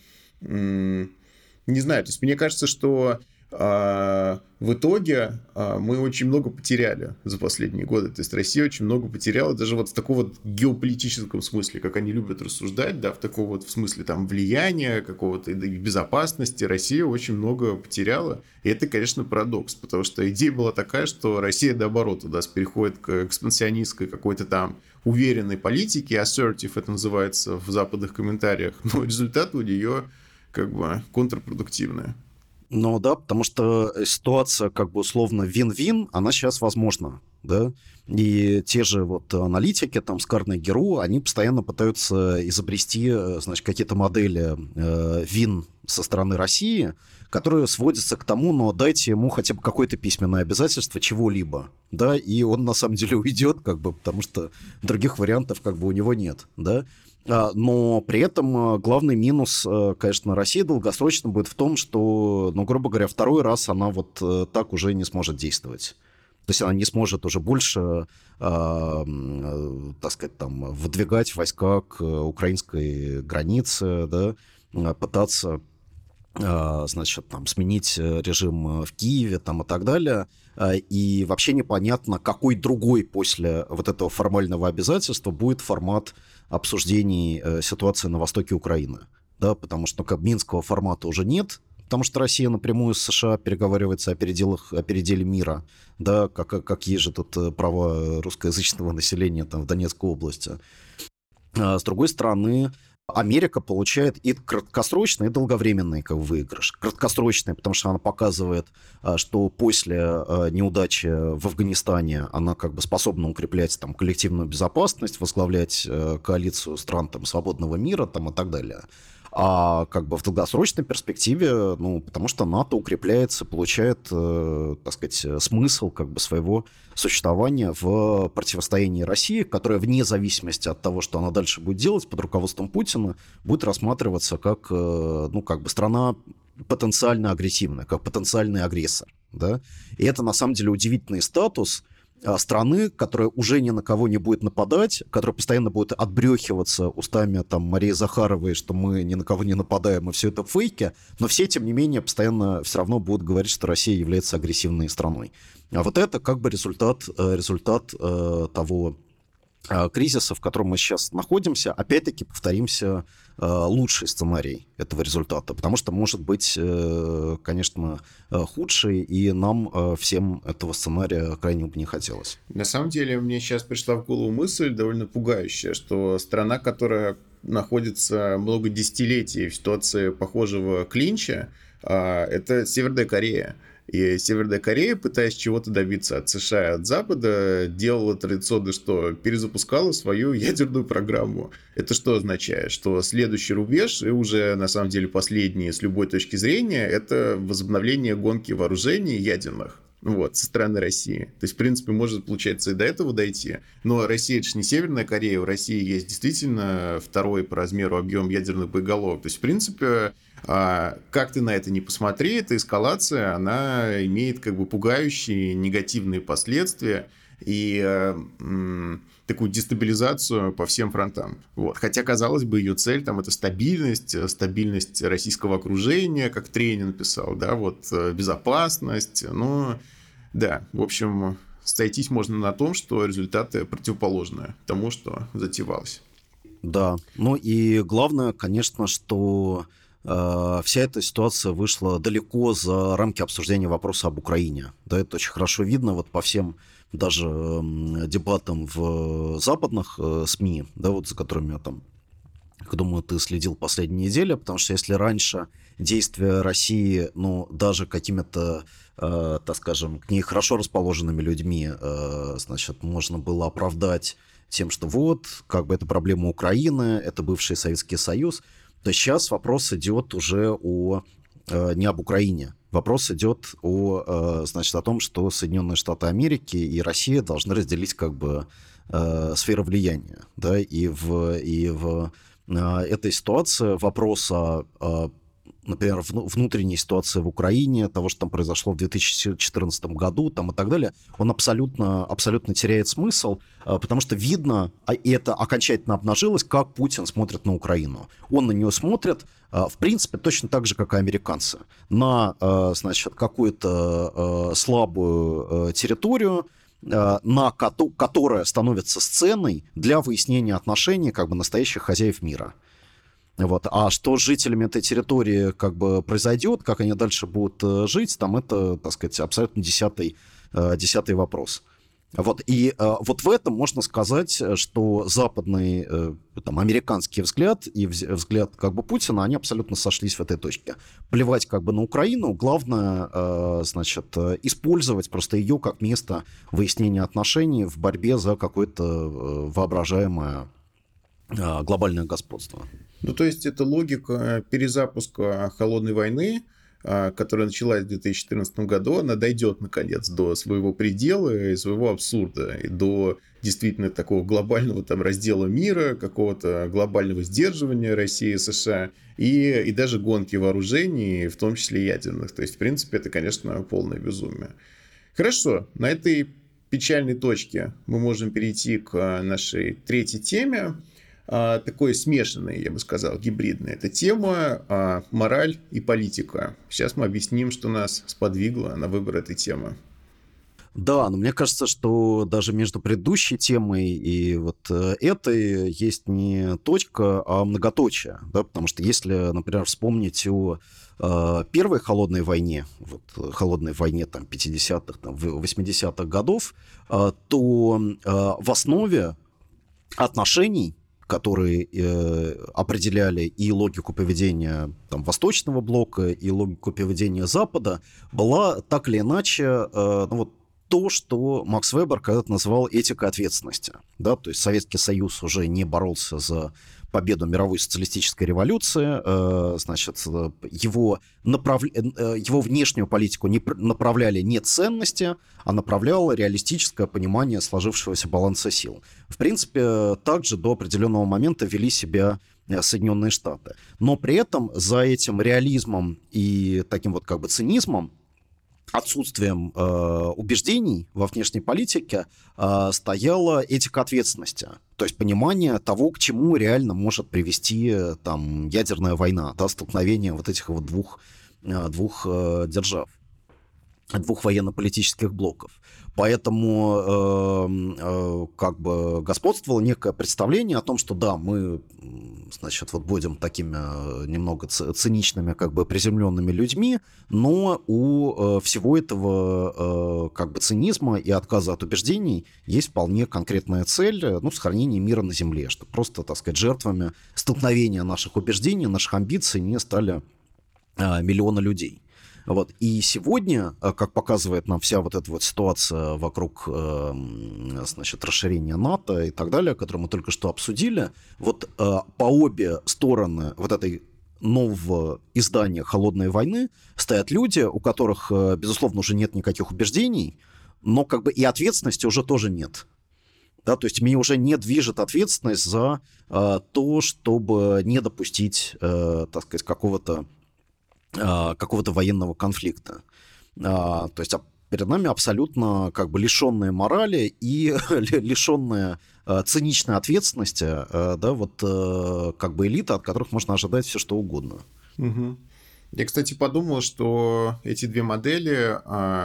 не знаю, то есть мне кажется, что в итоге мы очень много потеряли за последние годы. То есть Россия очень много потеряла даже вот в таком вот геополитическом смысле, как они любят рассуждать, да, в таком вот в смысле там влияния какого-то и безопасности. Россия очень много потеряла. И это, конечно, парадокс, потому что идея была такая, что Россия, наоборот, у нас переходит к экспансионистской какой-то там уверенной политике, assertive это называется в западных комментариях, но результат у нее как бы контрпродуктивный. Ну да, потому что ситуация как бы условно вин-вин, она сейчас возможна, да, и те же вот аналитики, там, с Carnegie.ru, они постоянно пытаются изобрести, значит, какие-то модели э, вин со стороны России, которые сводятся к тому, ну, дайте ему хотя бы какое-то письменное обязательство чего-либо, да, и он на самом деле уйдет, как бы, потому что других вариантов как бы у него нет, да. Но при этом главный минус, конечно, России долгосрочно будет в том, что, ну, грубо говоря, второй раз она вот так уже не сможет действовать. То есть она не сможет уже больше, э, так сказать, там, выдвигать войска к украинской границе, да, пытаться, э, значит, там, сменить режим в Киеве там, и так далее. И вообще непонятно, какой другой после вот этого формального обязательства будет формат обсуждений э, ситуации на востоке Украины, да, потому что, ну, как минского формата уже нет, потому что Россия напрямую с США переговаривается о переделах, о переделе мира, да, как, как есть же тут права русскоязычного населения там в Донецкой области. А с другой стороны, Америка получает и краткосрочный, и долговременный как выигрыш. Краткосрочный, потому что она показывает, что после неудачи в Афганистане она как бы способна укреплять там коллективную безопасность, возглавлять коалицию стран там, свободного мира там, и так далее. А как бы в долгосрочной перспективе, ну, потому что НАТО укрепляется, получает, э, так сказать, смысл как бы своего существования в противостоянии России, которая вне зависимости от того, что она дальше будет делать под руководством Путина, будет рассматриваться как, э, ну, как бы страна потенциально агрессивная, как потенциальный агрессор, да. И это на самом деле удивительный статус страны, которая уже ни на кого не будет нападать, которая постоянно будет отбрехиваться устами там, Марии Захаровой, что мы ни на кого не нападаем, и все это фейки, но все, тем не менее, постоянно все равно будут говорить, что Россия является агрессивной страной. А вот это как бы результат, результат э, того кризиса, в котором мы сейчас находимся, опять-таки повторимся, лучший сценарий этого результата, потому что может быть, конечно, худший, и нам всем этого сценария крайне бы не хотелось. На самом деле, мне сейчас пришла в голову мысль довольно пугающая, что страна, которая находится много десятилетий в ситуации похожего клинча, это Северная Корея. И Северная Корея, пытаясь чего-то добиться от США и от Запада, делала традиционно что? Перезапускала свою ядерную программу. Это что означает? Что следующий рубеж, и уже на самом деле последний с любой точки зрения, это возобновление гонки вооружений ядерных. Вот, со стороны России. То есть, в принципе, может, получается, и до этого дойти. Но Россия — это же не Северная Корея. У России есть действительно второй по размеру объем ядерных боеголовок. То есть, в принципе, как ты на это не посмотри, эта эскалация, она имеет как бы пугающие негативные последствия и м, такую дестабилизацию по всем фронтам. Вот. Хотя, казалось бы, ее цель там это стабильность, стабильность российского окружения, как Тренин написал, да, вот, безопасность. Но, да, в общем, сойтись можно на том, что результаты противоположные тому, что затевалось. Да, ну и главное, конечно, что вся эта ситуация вышла далеко за рамки обсуждения вопроса об Украине. Да, это очень хорошо видно вот по всем даже дебатам в западных СМИ, да, вот за которыми я там, я думаю, ты следил последние недели, потому что если раньше действия России, ну, даже какими-то, э, так скажем, к ней хорошо расположенными людьми, э, значит, можно было оправдать тем, что вот, как бы это проблема Украины, это бывший Советский Союз, то сейчас вопрос идет уже о, э, не об Украине. Вопрос идет о, э, значит, о том, что Соединенные Штаты Америки и Россия должны разделить как бы э, сферу влияния. Да? И в, и в э, этой ситуации вопрос о, о, например, внутренней ситуации в Украине, того, что там произошло в две тысячи четырнадцатом году там, и так далее, он абсолютно, абсолютно теряет смысл, потому что видно, и это окончательно обнажилось, как Путин смотрит на Украину. Он на нее смотрит, в принципе, точно так же, как и американцы, на, значит, какую-то слабую территорию, на ко- которая становится сценой для выяснения отношений как бы настоящих хозяев мира. Вот. А что с жителями этой территории как бы произойдет, как они дальше будут жить, там это, так сказать, абсолютно десятый, десятый вопрос. Вот. И вот в этом можно сказать, что западный, там, американский взгляд и взгляд как бы Путина, они абсолютно сошлись в этой точке. Плевать как бы на Украину, главное, значит, использовать просто ее как место выяснения отношений в борьбе за какое-то воображаемое глобальное господство. Ну, то есть, это логика перезапуска холодной войны, которая началась в две тысячи четырнадцатом году, она дойдет, наконец, до своего предела и своего абсурда, и до действительно такого глобального там раздела мира, какого-то глобального сдерживания России и США, и, и даже гонки вооружений, в том числе ядерных. То есть, в принципе, это, конечно, полное безумие. Хорошо, на этой печальной точке мы можем перейти к нашей третьей теме, такой смешанной, я бы сказал, гибридной. Это тема а, мораль и политика. Сейчас мы объясним, что нас сподвигло на выбор этой темы. Да, но мне кажется, что даже между предыдущей темой и вот этой есть не точка, а многоточие. Да? Потому что если, например, вспомнить о э, первой холодной войне, вот, холодной войне там, пятидесятых, там, восьмидесятых годов, э, то э, в основе отношений, которые э, определяли и логику поведения там, Восточного блока, и логику поведения Запада, была так или иначе э, ну, вот, то, что Макс Вебер когда-то называл этикой ответственности. Да? То есть Советский Союз уже не боролся за победу мировой социалистической революции, э, значит, его, направ... его внешнюю политику не направляли не ценности, а направляло реалистическое понимание сложившегося баланса сил. В принципе, также до определенного момента вели себя Соединенные Штаты. Но при этом за этим реализмом и таким вот как бы цинизмом, отсутствием э, убеждений во внешней политике э, стояла этика ответственности, то есть понимание того, к чему реально может привести там, ядерная война, да, столкновение вот этих вот двух, э, двух э, держав. двух военно-политических блоков. Поэтому э, э, как бы господствовало некое представление о том, что да, мы, значит, вот будем такими немного циничными, как бы приземленными людьми, но у э, всего этого э, как бы цинизма и отказа от убеждений есть вполне конкретная цель, ну, сохранение мира на Земле, что просто, так сказать, жертвами столкновения наших убеждений, наших амбиций не стали э, миллионы людей. Вот. И сегодня, как показывает нам вся вот эта вот ситуация вокруг, значит, расширения НАТО и так далее, которую мы только что обсудили, вот по обе стороны вот этой нового издания «Холодной войны» стоят люди, у которых, безусловно, уже нет никаких убеждений, но как бы и ответственности уже тоже нет. Да, то есть меня уже не движет ответственность за то, чтобы не допустить, так сказать, какого-то какого-то военного конфликта. То есть перед нами абсолютно как бы лишенные морали и лишенные циничной ответственности, да, вот как бы элита, от которых можно ожидать все что угодно. Угу. Я, кстати, подумал, что эти две модели,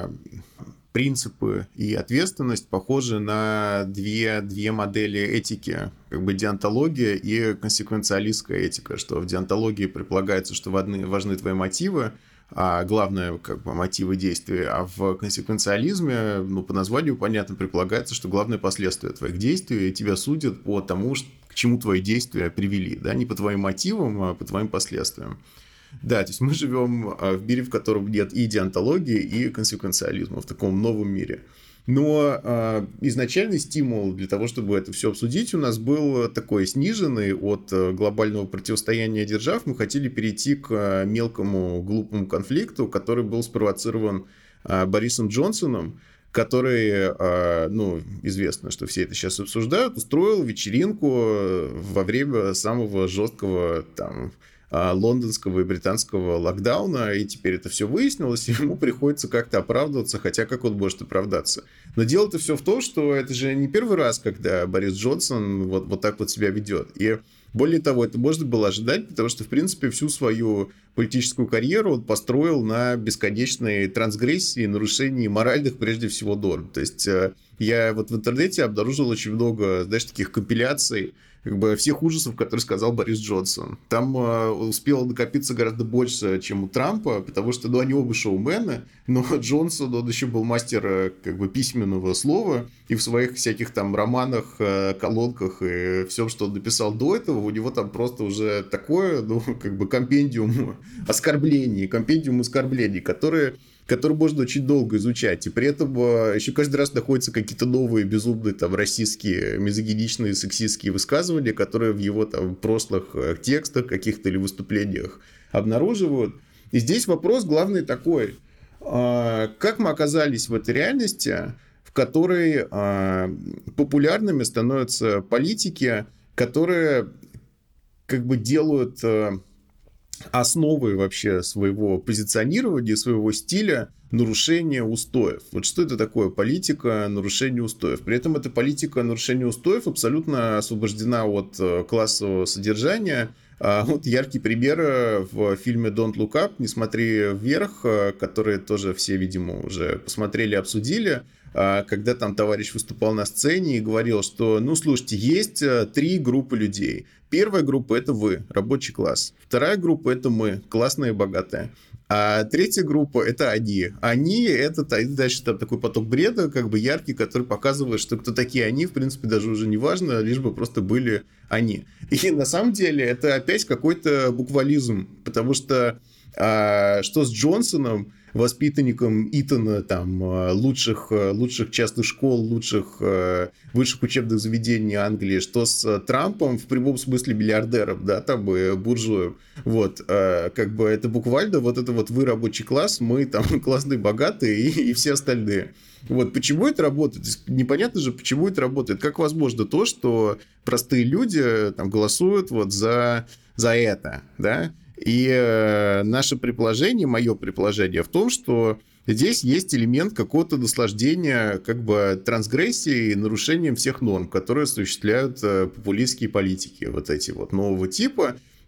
принципы и ответственность, похожи на две, две модели этики, как бы деонтология и консеквенциалистская этика, что в деонтологии предполагается, что важны, важны твои мотивы, а главное, как бы, мотивы действия, а в консеквенциализме, ну, по названию понятно, предполагается, что главное последствия твоих действий, и тебя судят по тому, к чему твои действия привели, да, не по твоим мотивам, а по твоим последствиям. Да, то есть мы живем в мире, в котором нет и деонтологии, и консеквенциализма, в таком новом мире. Но э, изначальный стимул для того, чтобы это все обсудить, у нас был такой сниженный от глобального противостояния держав. Мы хотели перейти к мелкому глупому конфликту, который был спровоцирован э, Борисом Джонсоном, который, э, ну, известно, что все это сейчас обсуждают, устроил вечеринку во время самого жесткого там лондонского и британского локдауна, и теперь это все выяснилось, и ему приходится как-то оправдываться, хотя как он может оправдаться. Но дело-то все в том, что это же не первый раз, когда Борис Джонсон вот, вот так вот себя ведет. И более того, это можно было ожидать, потому что, в принципе, всю свою политическую карьеру он построил на бесконечной трансгрессии, нарушении моральных, прежде всего, норм. То есть я вот в интернете обнаружил очень много, знаешь, таких компиляций, как бы всех ужасов, которые сказал Борис Джонсон. Там э, успело накопиться гораздо больше, чем у Трампа, потому что, ну, они оба шоумены, но Джонсон, он еще был мастер как бы письменного слова, и в своих всяких там романах, э, колонках и всем, что он написал до этого, у него там просто уже такое, ну, как бы компендиум оскорблений, компендиум оскорблений, которые... который можно очень долго изучать, и при этом еще каждый раз находятся какие-то новые безумные там российские мизогиничные, сексистские высказывания, которые в его там прошлых текстах каких-то или выступлениях обнаруживают. И здесь вопрос главный такой: как мы оказались в этой реальности, в которой популярными становятся политики, которые как бы делают основой вообще своего позиционирования, своего стиля нарушение устоев. Вот что это такое? Политика нарушения устоев. При этом эта политика нарушения устоев абсолютно освобождена от классового содержания. Вот яркий пример в фильме «Don't Look Up», «Не смотри вверх», который тоже все, видимо, уже посмотрели, обсудили, когда там товарищ выступал на сцене и говорил, что, ну, слушайте, есть три группы людей. Первая группа – это вы, рабочий класс. Вторая группа – это мы, классные, богатые. А третья группа – это они. Они – это дальше там такой поток бреда, как бы яркий, который показывает, что кто такие они, в принципе, даже уже не важно, лишь бы просто были они. И на самом деле это опять какой-то буквализм, потому что а, что с Джонсоном, воспитанником Итона, там, лучших, лучших частных школ, лучших высших учебных заведений Англии, что с Трампом, в прямом смысле миллиардером, да, там, буржуем. Вот, как бы это буквально вот это вот вы рабочий класс, мы там классные, богатые и, и все остальные. Вот, почему это работает? Непонятно же, почему это работает. Как возможно то, что простые люди там голосуют вот за, за это, да? И э, наше предположение, мое предположение в том, что здесь есть элемент какого-то наслаждения, как бы трансгрессией, нарушением всех норм, которые осуществляют э, популистские политики, вот эти вот нового типа.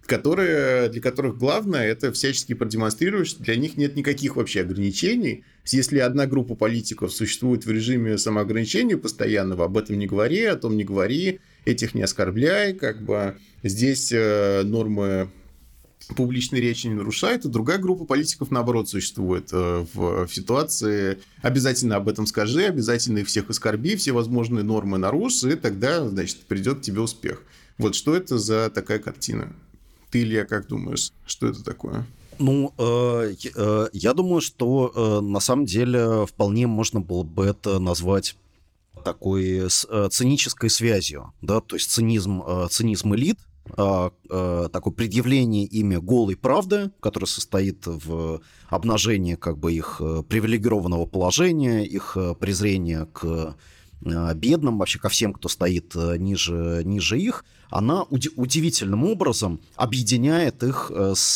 которые, для которых главное это всячески продемонстрировать, что для них нет никаких вообще ограничений. Если одна группа политиков существует в режиме самоограничения постоянного, об этом не говори, о том не говори, этих не оскорбляй, как бы здесь э, нормы публичной речи не нарушает, и другая группа политиков, наоборот, существует э, в, в ситуации обязательно об этом скажи, обязательно их всех оскорби, все возможные нормы наруши, и тогда, значит, придет к тебе успех. Вот что это за такая картина? Ты, Илья, как думаешь, что это такое? Ну, э, э, я думаю, что э, на самом деле вполне можно было бы это назвать такой с, э, цинической связью, да, то есть цинизм, э, цинизм элит, э, э, такое предъявление ими голой правды, которая состоит в обнажении как бы их привилегированного положения, их презрения к бедным, вообще ко всем, кто стоит ниже, ниже их, она уди- удивительным образом объединяет их с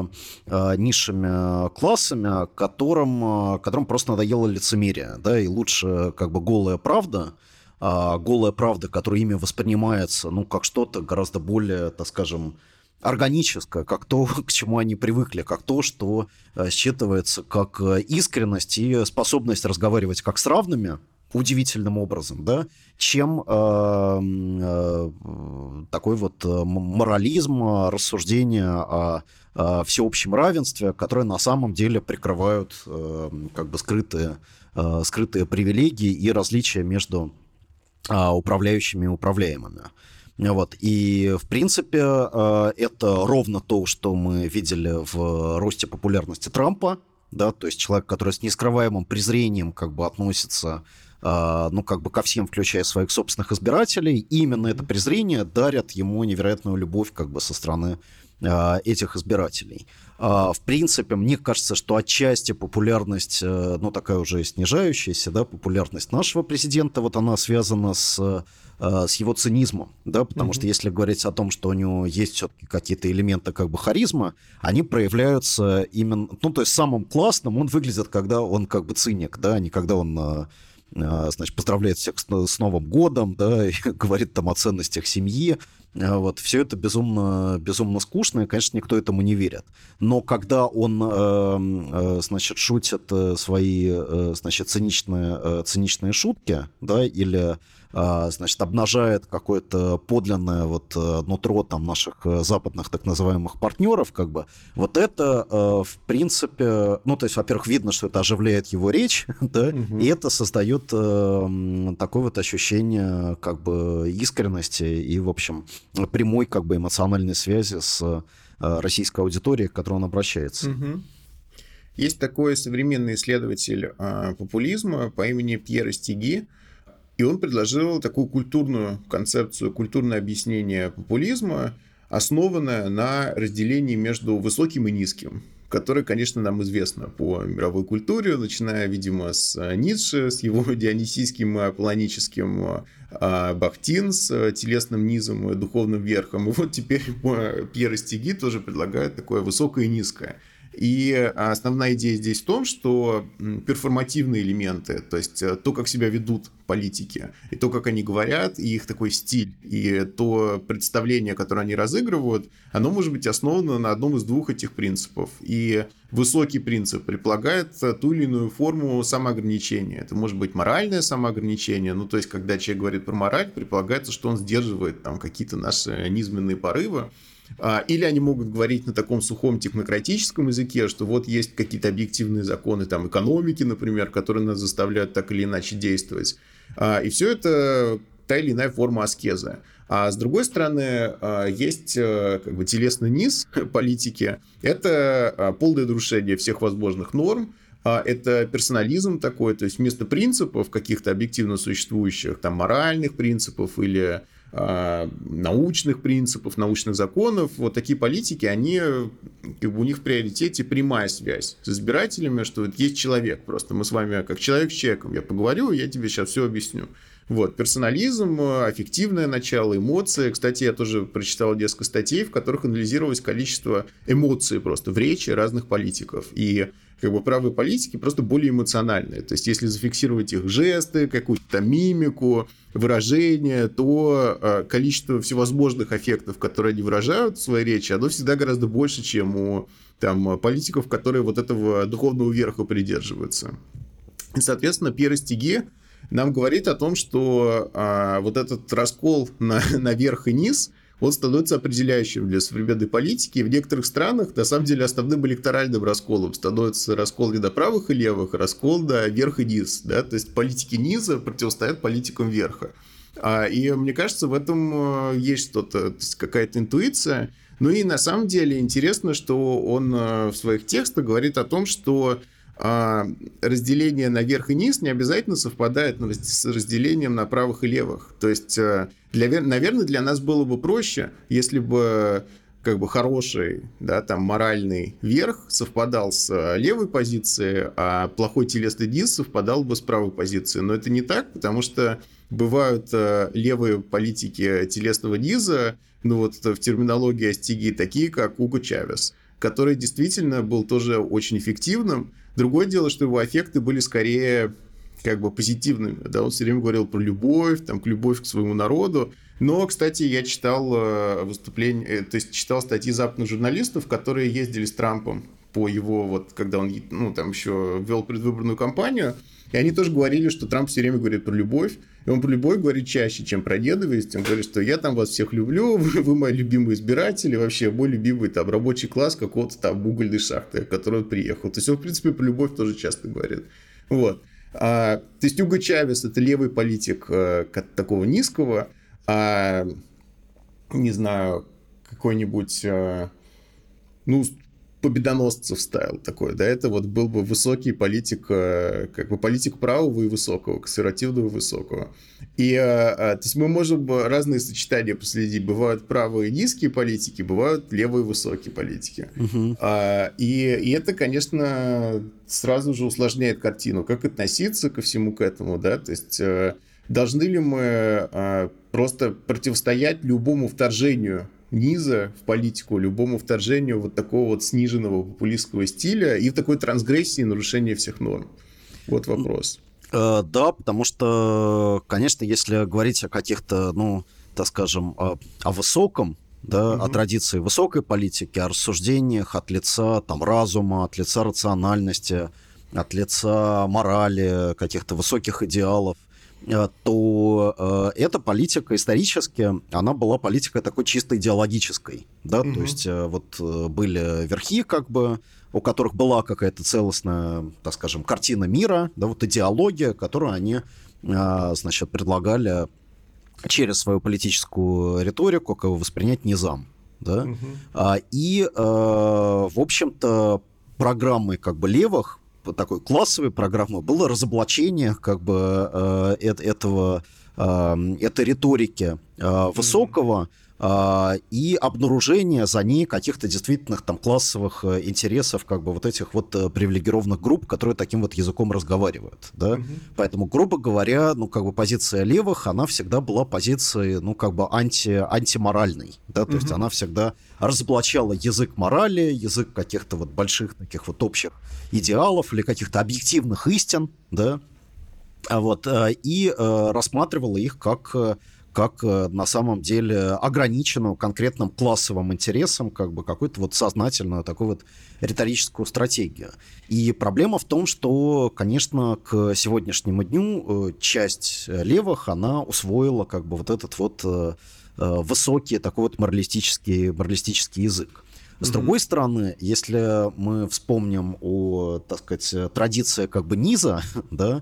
э, низшими классами, которым, которым просто надоело лицемерие, да, и лучше как бы голая правда, а голая правда, которая ими воспринимается, ну, как что-то гораздо более, так скажем, органическое, как то, к чему они привыкли, как то, что считывается как искренность и способность разговаривать как с равными, удивительным образом, да, чем э, э, такой вот морализм, рассуждение о, о всеобщем равенстве, которые на самом деле прикрывают э, как бы скрытые, э, скрытые привилегии и различия между э, управляющими и управляемыми. Вот. И, в принципе, э, это ровно то, что мы видели в росте популярности Трампа, да, то есть человек, который с нескрываемым презрением как бы относится ну, как бы ко всем, включая своих собственных избирателей, и именно это презрение дарит ему невероятную любовь как бы со стороны этих избирателей. В принципе, мне кажется, что отчасти популярность, ну, такая уже снижающаяся, да, популярность нашего президента, вот она связана с, с его цинизмом, да, потому mm-hmm. что если говорить о том, что у него есть все-таки какие-то элементы как бы харизма, они проявляются именно, ну, то есть самым классным он выглядит, когда он как бы циник, да, а не когда он... значит, поздравляет всех с Новым годом, да, и говорит там о ценностях семьи. Вот, все это безумно, безумно скучно, и, конечно, никто этому не верит. Но когда он, значит, шутит свои, значит, циничные, циничные шутки, да, или, значит, обнажает какое-то подлинное вот нутро там наших западных так называемых партнеров, как бы, вот это, в принципе, ну, то есть, во-первых, видно, что это оживляет его речь, да, угу. И это создает такое вот ощущение, как бы, искренности и, в общем, прямой, как бы, эмоциональной связи с российской аудиторией, к которой он обращается. Угу. Есть такой современный исследователь э, популизма по имени Пьер Стиги, и он предложил такую культурную концепцию, культурное объяснение популизма, основанное на разделении между высоким и низким, которое, конечно, нам известно по мировой культуре, начиная, видимо, с Ницше, с его дионисийским, аполлоническим Бахтин, с телесным низом и духовным верхом. И вот теперь Пьер Стиги тоже предлагает такое высокое и низкое. И основная идея здесь в том, что перформативные элементы, то есть то, как себя ведут политики, и то, как они говорят, и их такой стиль, и то представление, которое они разыгрывают, оно может быть основано на одном из двух этих принципов. И высокий принцип предполагает ту или иную форму самоограничения. Это может быть моральное самоограничение, ну то есть когда человек говорит про мораль, предполагается, что он сдерживает там какие-то наши низменные порывы. Или они могут говорить на таком сухом технократическом языке, что вот есть какие-то объективные законы там, экономики, например, которые нас заставляют так или иначе действовать. И все это та или иная форма аскезы. А с другой стороны, есть как бы телесный низ политики. Это полное нарушение всех возможных норм. Это персонализм такой, то есть вместо принципов каких-то объективно существующих, там, моральных принципов или научных принципов, научных законов, вот такие политики, они, как бы, у них в приоритете прямая связь с избирателями, что вот есть человек, просто мы с вами как человек с человеком, я поговорю, я тебе сейчас все объясню. Вот, персонализм, аффективное начало, эмоции. Кстати, я тоже прочитал несколько статей, в которых анализировалось количество эмоций просто в речи разных политиков. И как бы правые политики просто более эмоциональные. То есть если зафиксировать их жесты, какую-то мимику, выражения, то э, количество всевозможных аффектов, которые они выражают в своей речи, оно всегда гораздо больше, чем у там, политиков, которые вот этого духовного верха придерживаются. И, соответственно, Пьер Истиги нам говорит о том, что э, вот этот раскол на, на верх и низ, он становится определяющим для современной политики. И в некоторых странах, на самом деле, основным электоральным расколом становится раскол не до правых и левых, а раскол до верх и низ. Да? То есть политики низа противостоят политикам верха. А, и мне кажется, в этом есть что-то, то есть какая-то интуиция. Ну и на самом деле интересно, что он в своих текстах говорит о том, что разделение на верх и низ не обязательно совпадает с разделением на правых и левых. То есть, для, наверное, для нас было бы проще, если бы как бы хороший, да, там, моральный верх совпадал с левой позицией, а плохой телесный низ совпадал бы с правой позицией. Но это не так, потому что бывают левые политики телесного низа, ну вот в терминологии Истиги, такие как Уго Чавес, который действительно был тоже очень эффективным. Другое дело, что его аффекты были скорее как бы позитивными. Да? Он все время говорил про любовь, там, любовь к своему народу. Но, кстати, я читал выступления, то есть читал статьи западных журналистов, которые ездили с Трампом по его, вот, когда он, ну, там еще вел предвыборную кампанию, и они тоже говорили, что Трамп все время говорит про любовь, и он про любовь говорит чаще, чем про ненависть. Он говорит, что я там вас всех люблю, вы, вы мои любимые избиратели, вообще мой любимый там рабочий класс какого-то там угольной шахты, в которой он приехал. То есть он, в принципе, про любовь тоже часто говорит. Вот. А, то есть Уго Чавес – это левый политик а, такого низкого, а, не знаю, какой-нибудь, а, ну, победоносцев стайл такой, да, это вот был бы высокий политик, как бы политик правого и высокого, консервативного и высокого. И, то есть мы можем разные сочетания последить. Бывают правые и низкие политики, бывают левые и высокие политики. Uh-huh. И, и это, конечно, сразу же усложняет картину. Как относиться ко всему к этому, да, то есть должны ли мы просто противостоять любому вторжению низа в политику, любому вторжению вот такого вот сниженного популистского стиля и в такой трансгрессии нарушения всех норм? Вот вопрос. Да, потому что, конечно, если говорить о каких-то, ну, так скажем, о, о высоком, да, угу. о традиции высокой политики, о рассуждениях от лица там, разума, от лица рациональности, от лица морали, каких-то высоких идеалов, то э, эта политика исторически, она была политикой такой чисто идеологической, да, угу. то есть э, вот были верхи, как бы, у которых была какая-то целостная, так скажем, картина мира, да, вот идеология, которую они, э, значит, предлагали через свою политическую риторику как бы воспринять низам, да, угу. а, и, э, в общем-то, программой как бы левых, такой классовой программы было разоблачение как бы э, этого, э, этой риторики э, высокого э, и обнаружение за ней каких-то действительных там классовых интересов как бы вот этих вот привилегированных групп, которые таким вот языком разговаривают, да. Mm-hmm. Поэтому, грубо говоря, ну как бы позиция левых, она всегда была позицией, ну как бы анти, антиморальной, да, то mm-hmm. есть она всегда разоблачала язык морали, язык каких-то вот больших таких вот общих идеалов или каких-то объективных истин, да, вот, и э, рассматривала их как, как на самом деле ограниченную конкретным классовым интересом, как бы какую-то вот сознательную такую вот риторическую стратегию. И проблема в том, что, конечно, к сегодняшнему дню часть левых, она усвоила как бы вот этот вот э, высокий такой вот моралистический, моралистический язык. С mm-hmm. другой стороны, если мы вспомним о, так сказать, традиции как бы низа, да,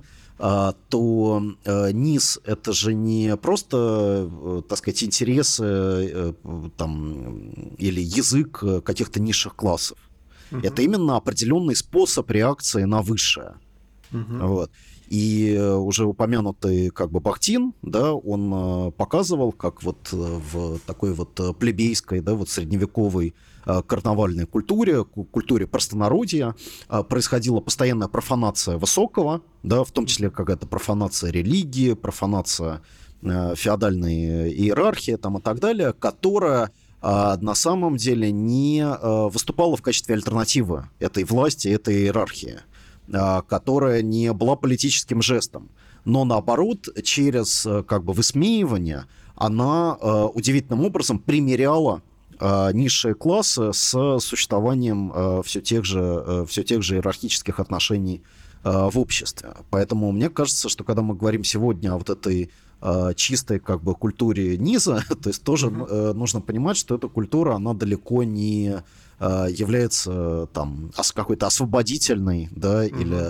то низ — это же не просто, так сказать, интересы там, или язык каких-то низших классов. Mm-hmm. Это именно определенный способ реакции на высшее. Mm-hmm. Вот. И уже упомянутый как бы Бахтин, да, он показывал, как вот в такой вот плебейской, да, вот средневековой карнавальной культуре, культуре простонародья происходила постоянная профанация высокого, да, в том числе какая-то профанация религии, профанация феодальной иерархии там, и так далее, которая на самом деле не выступала в качестве альтернативы этой власти, этой иерархии, которая не была политическим жестом. Но наоборот, через как бы высмеивание она удивительным образом примиряла низшие классы с существованием все тех же, все тех же иерархических отношений в обществе. Поэтому мне кажется, что когда мы говорим сегодня о вот этой чистой как бы культуре низа, то есть тоже mm-hmm. нужно понимать, что эта культура, она далеко не является там какой-то освободительной, да, mm-hmm. или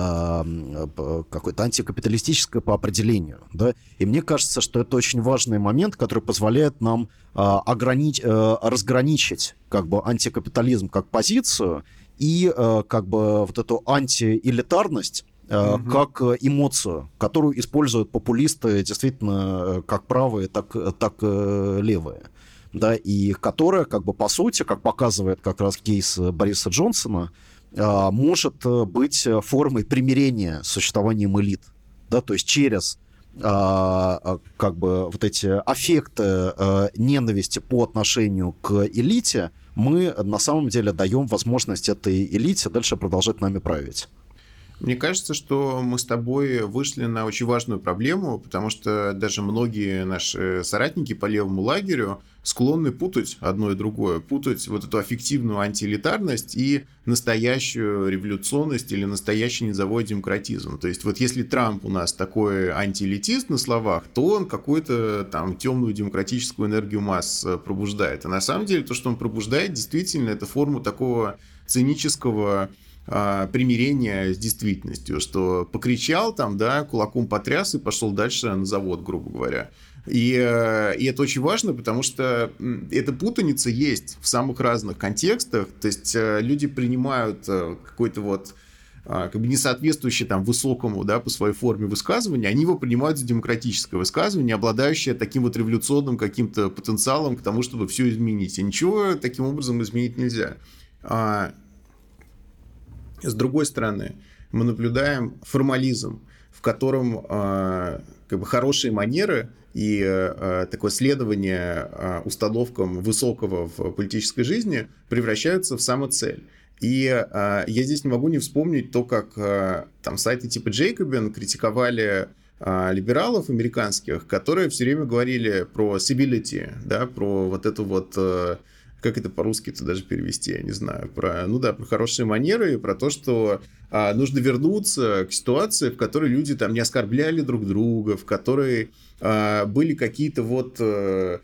а, какой-то антикапиталистической по определению, да. И мне кажется, что это очень важный момент, который позволяет нам а, огранич... а, разграничить как бы антикапитализм как позицию и а, как бы вот эту антиэлитарность Uh-huh. как эмоцию, которую используют популисты действительно как правые, так, так левые. Да, и которая, как бы, по сути, как показывает как раз кейс Бориса Джонсона, может быть формой примирения с существованием элит. Да, то есть через как бы, вот эти аффекты ненависти по отношению к элите мы на самом деле даем возможность этой элите дальше продолжать нами править. Мне кажется, что мы с тобой вышли на очень важную проблему, потому что даже многие наши соратники по левому лагерю склонны путать одно и другое, путать вот эту аффективную антиэлитарность и настоящую революционность или настоящий низовой демократизм. То есть вот если Трамп у нас такой антиэлитист на словах, то он какую-то там темную демократическую энергию масс пробуждает. А на самом деле то, что он пробуждает, действительно, это форму такого цинического примирение с действительностью, что покричал там, да, кулаком потряс и пошел дальше на завод, грубо говоря. И, и это очень важно, потому что эта путаница есть в самых разных контекстах, то есть люди принимают какой-то вот как бы несоответствующее там высокому, да, по своей форме высказывания, они его принимают за демократическое высказывание, обладающее таким вот революционным каким-то потенциалом к тому, чтобы все изменить. И ничего таким образом изменить нельзя. С другой стороны, мы наблюдаем формализм, в котором э, как бы хорошие манеры и э, такое следование э, установкам высокого в политической жизни превращаются в самоцель. И э, я здесь не могу не вспомнить то, как э, там сайты типа Jacobin критиковали э, либералов американских, которые все время говорили про civility, да, про вот эту вот... Э, как это по-русски-то даже перевести, я не знаю, про, ну да, про хорошие манеры, про то, что а, нужно вернуться к ситуации, в которой люди там не оскорбляли друг друга, в которой а, были какие-то вот а,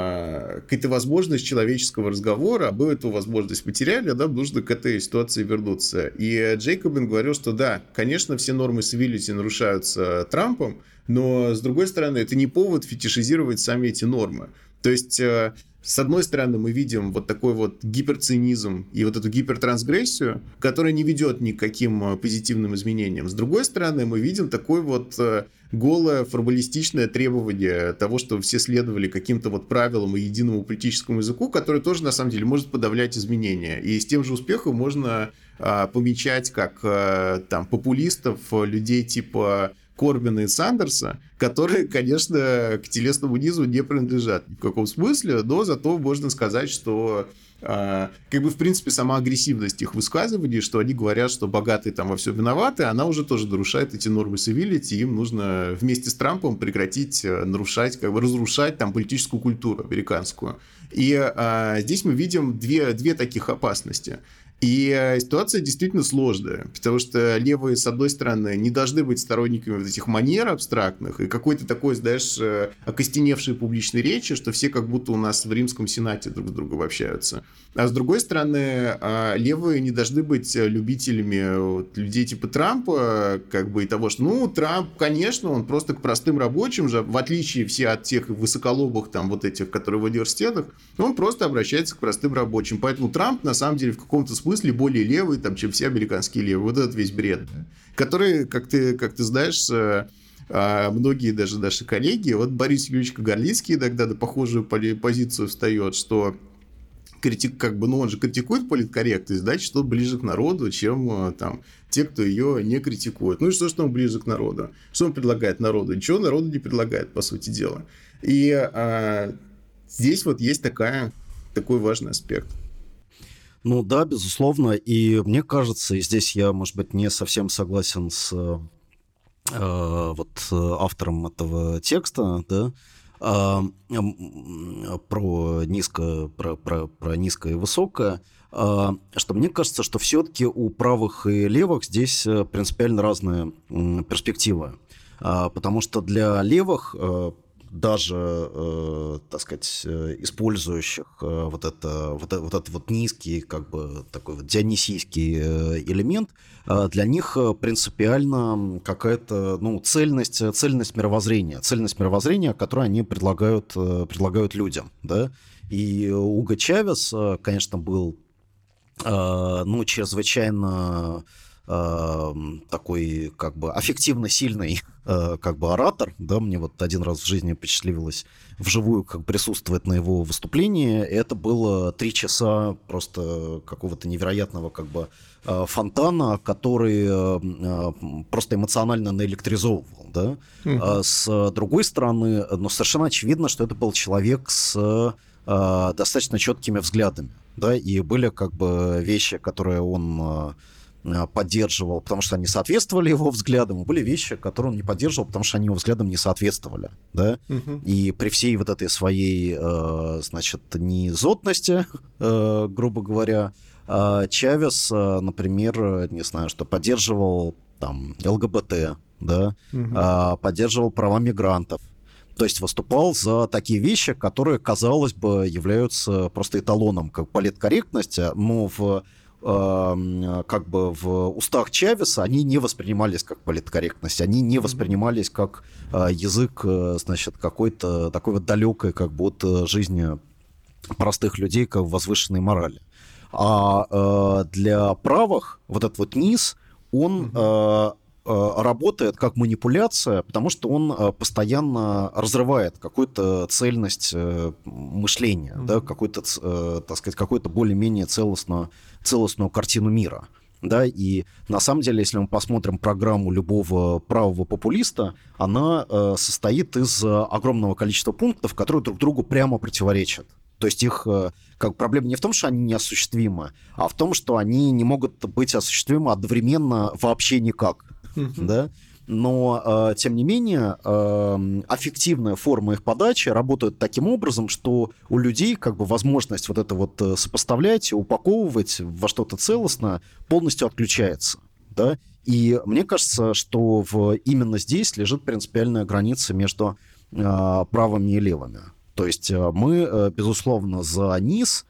а, какая-то возможность человеческого разговора, а мы эту возможность потеряли, да, нужно к этой ситуации вернуться. И Джейкобин говорил, что да, конечно, все нормы civility нарушаются Трампом, но, с другой стороны, это не повод фетишизировать сами эти нормы. То есть... С одной стороны, мы видим вот такой вот гиперцинизм и вот эту гипертрансгрессию, которая не ведет ни к каким позитивным изменениям. С другой стороны, мы видим такое вот голое формалистичное требование того, чтобы все следовали каким-то вот правилам и единому политическому языку, который тоже, на самом деле, может подавлять изменения. И с тем же успехом можно а, помечать как а, там популистов, людей типа... Корбина и Сандерса, которые, конечно, к телесному низу не принадлежат ни в каком смысле, но зато можно сказать, что э, как бы, в принципе, сама агрессивность их высказываний, что они говорят, что богатые там во всем виноваты, она уже тоже нарушает эти нормы civility, им нужно вместе с Трампом прекратить нарушать, как бы разрушать там политическую культуру американскую. И э, здесь мы видим две, две таких опасности. И ситуация действительно сложная, потому что левые, с одной стороны, не должны быть сторонниками вот этих манер абстрактных и какой-то такой, знаешь, окостеневшей публичной речи, что все как будто у нас в Римском Сенате друг с другом общаются. А с другой стороны, левые не должны быть любителями вот, людей типа Трампа, как бы и того, что, ну, Трамп, конечно, он просто к простым рабочим же, в отличие все от тех высоколобых там вот этих, которые в университетах, он просто обращается к простым рабочим. Поэтому Трамп, на самом деле, в каком-то смысле смысле более левый, там, чем все американские левые. Вот этот весь бред. Который, как ты, как ты знаешь, многие даже наши коллеги, вот Борис Юрьевич Кагарлицкий иногда на похожую позицию встает, что критик, как бы, ну, он же критикует политкорректность, значит, что ближе к народу, чем там те, кто ее не критикует. Ну и что, что он ближе к народу? Что он предлагает народу? Ничего народу не предлагает, по сути дела. И а, здесь вот есть такая такой важный аспект. Ну да, безусловно, и мне кажется, и здесь я, может быть, не совсем согласен с э, вот автором этого текста, да, э, про низкое, про, про, про низкое и высокое, э, что мне кажется, что все-таки у правых и левых здесь принципиально разные э, перспективы, э, потому что для левых э, даже, э, так сказать, использующих э, вот, это, вот, вот этот вот низкий, как бы такой вот дионисийский э, элемент, э, для них принципиально какая-то, ну, цельность, цельность мировоззрения, цельность мировоззрения, которую они предлагают, э, предлагают людям, да. И Уго Чавес, э, конечно, был, э, ну, чрезвычайно такой, как бы, аффективно сильный, как бы, оратор, да, мне вот один раз в жизни посчастливилось вживую как присутствовать на его выступлении, это было три часа просто какого-то невероятного, как бы, фонтана, который просто эмоционально наэлектризовывал, да. Mm-hmm. С другой стороны, ну, совершенно очевидно, что это был человек с достаточно четкими взглядами, да, и были, как бы, вещи, которые он поддерживал, потому что они соответствовали его взглядам, и были вещи, которые он не поддерживал, потому что они его взглядам не соответствовали, да, uh-huh. И при всей вот этой своей, э, значит, незотности, э, грубо говоря, э, Чавес, э, например, не знаю, что поддерживал там ЛГБТ, да, uh-huh. э, поддерживал права мигрантов, то есть выступал за такие вещи, которые, казалось бы, являются просто эталоном как политкорректности, но в как бы в устах Чавеса они не воспринимались как политкорректность, они не воспринимались как язык, значит, какой-то такой вот далекой, как бы, от жизни простых людей, как возвышенной морали. А для правых вот этот вот низ, он работает как манипуляция, потому что он постоянно разрывает какую-то цельность мышления, mm-hmm. да, какую-то, так сказать, какую-то более-менее целостную, целостную картину мира. Да, и на самом деле, если мы посмотрим программу любого правого популиста, она состоит из огромного количества пунктов, которые друг другу прямо противоречат. То есть их, как, проблема не в том, что они неосуществимы, а в том, что они не могут быть осуществимы одновременно вообще никак. Mm-hmm. Да? Но, э, тем не менее, э, аффективная форма их подачи работает таким образом, что у людей, как бы, возможность вот это вот сопоставлять, упаковывать во что-то целостное полностью отключается. Да? И мне кажется, что в, именно здесь лежит принципиальная граница между э, правыми и левыми. То есть мы, безусловно, за низ,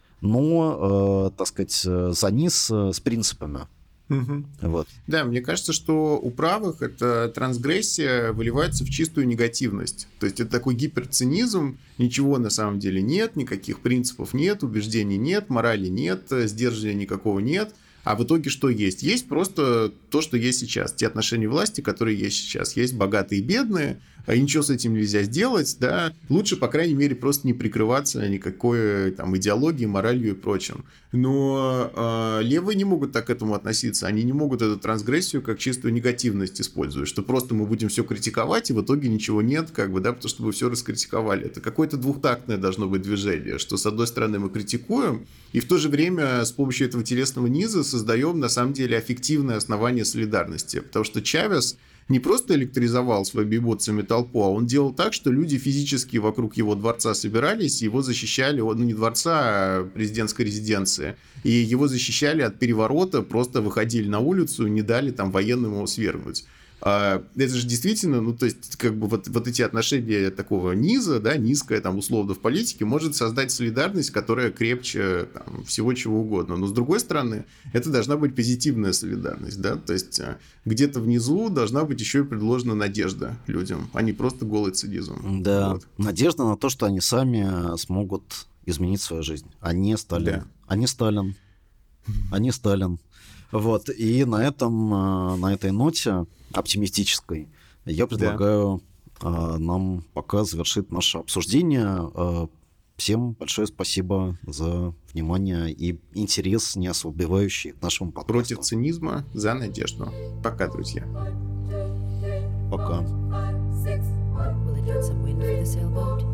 но, э, так сказать, за низ с принципами. Угу. Вот. Да, мне кажется, что у правых эта трансгрессия выливается в чистую негативность. То есть это такой гиперцинизм, ничего на самом деле нет, никаких принципов нет, убеждений нет, морали нет, сдерживания никакого нет. А в итоге что есть? Есть просто то, что есть сейчас. Те отношения власти, которые есть сейчас. Есть богатые и бедные, и ничего с этим нельзя сделать. Да? Лучше, по крайней мере, просто не прикрываться никакой там идеологией, моралью и прочим. Но э, левые не могут так к этому относиться. Они не могут эту трансгрессию как чистую негативность использовать. Что просто мы будем все критиковать, и в итоге ничего нет, как бы, да, потому что мы все раскритиковали. Это какое-то двухтактное должно быть движение. Что, с одной стороны, мы критикуем, и в то же время с помощью этого телесного низа создаем, на самом деле, аффективное основание солидарности. Потому что Чавес не просто электризовал своими эмоциями толпу, а он делал так, что люди физически вокруг его дворца собирались, его защищали, ну не дворца, а президентской резиденции, и его защищали от переворота, просто выходили на улицу, не дали там военным его свергнуть. Это же действительно, ну, то есть, как бы вот, вот эти отношения такого низа, да, низкое, там, условно, в политике, может создать солидарность, которая крепче там, всего чего угодно. Но, с другой стороны, это должна быть позитивная солидарность, да, то есть, где-то внизу должна быть еще и предложена надежда людям, а не просто голый цинизм. Да, вот. Надежда на то, что они сами смогут изменить свою жизнь, а не Сталин. Да. А не Сталин. А не Сталин. Вот, и на этом, на этой ноте оптимистической я предлагаю да. нам пока завершить наше обсуждение. Всем большое спасибо за внимание и интерес, не ослабевающий к нашему подкасту. Против цинизма, за надежду. Пока, друзья. Пока.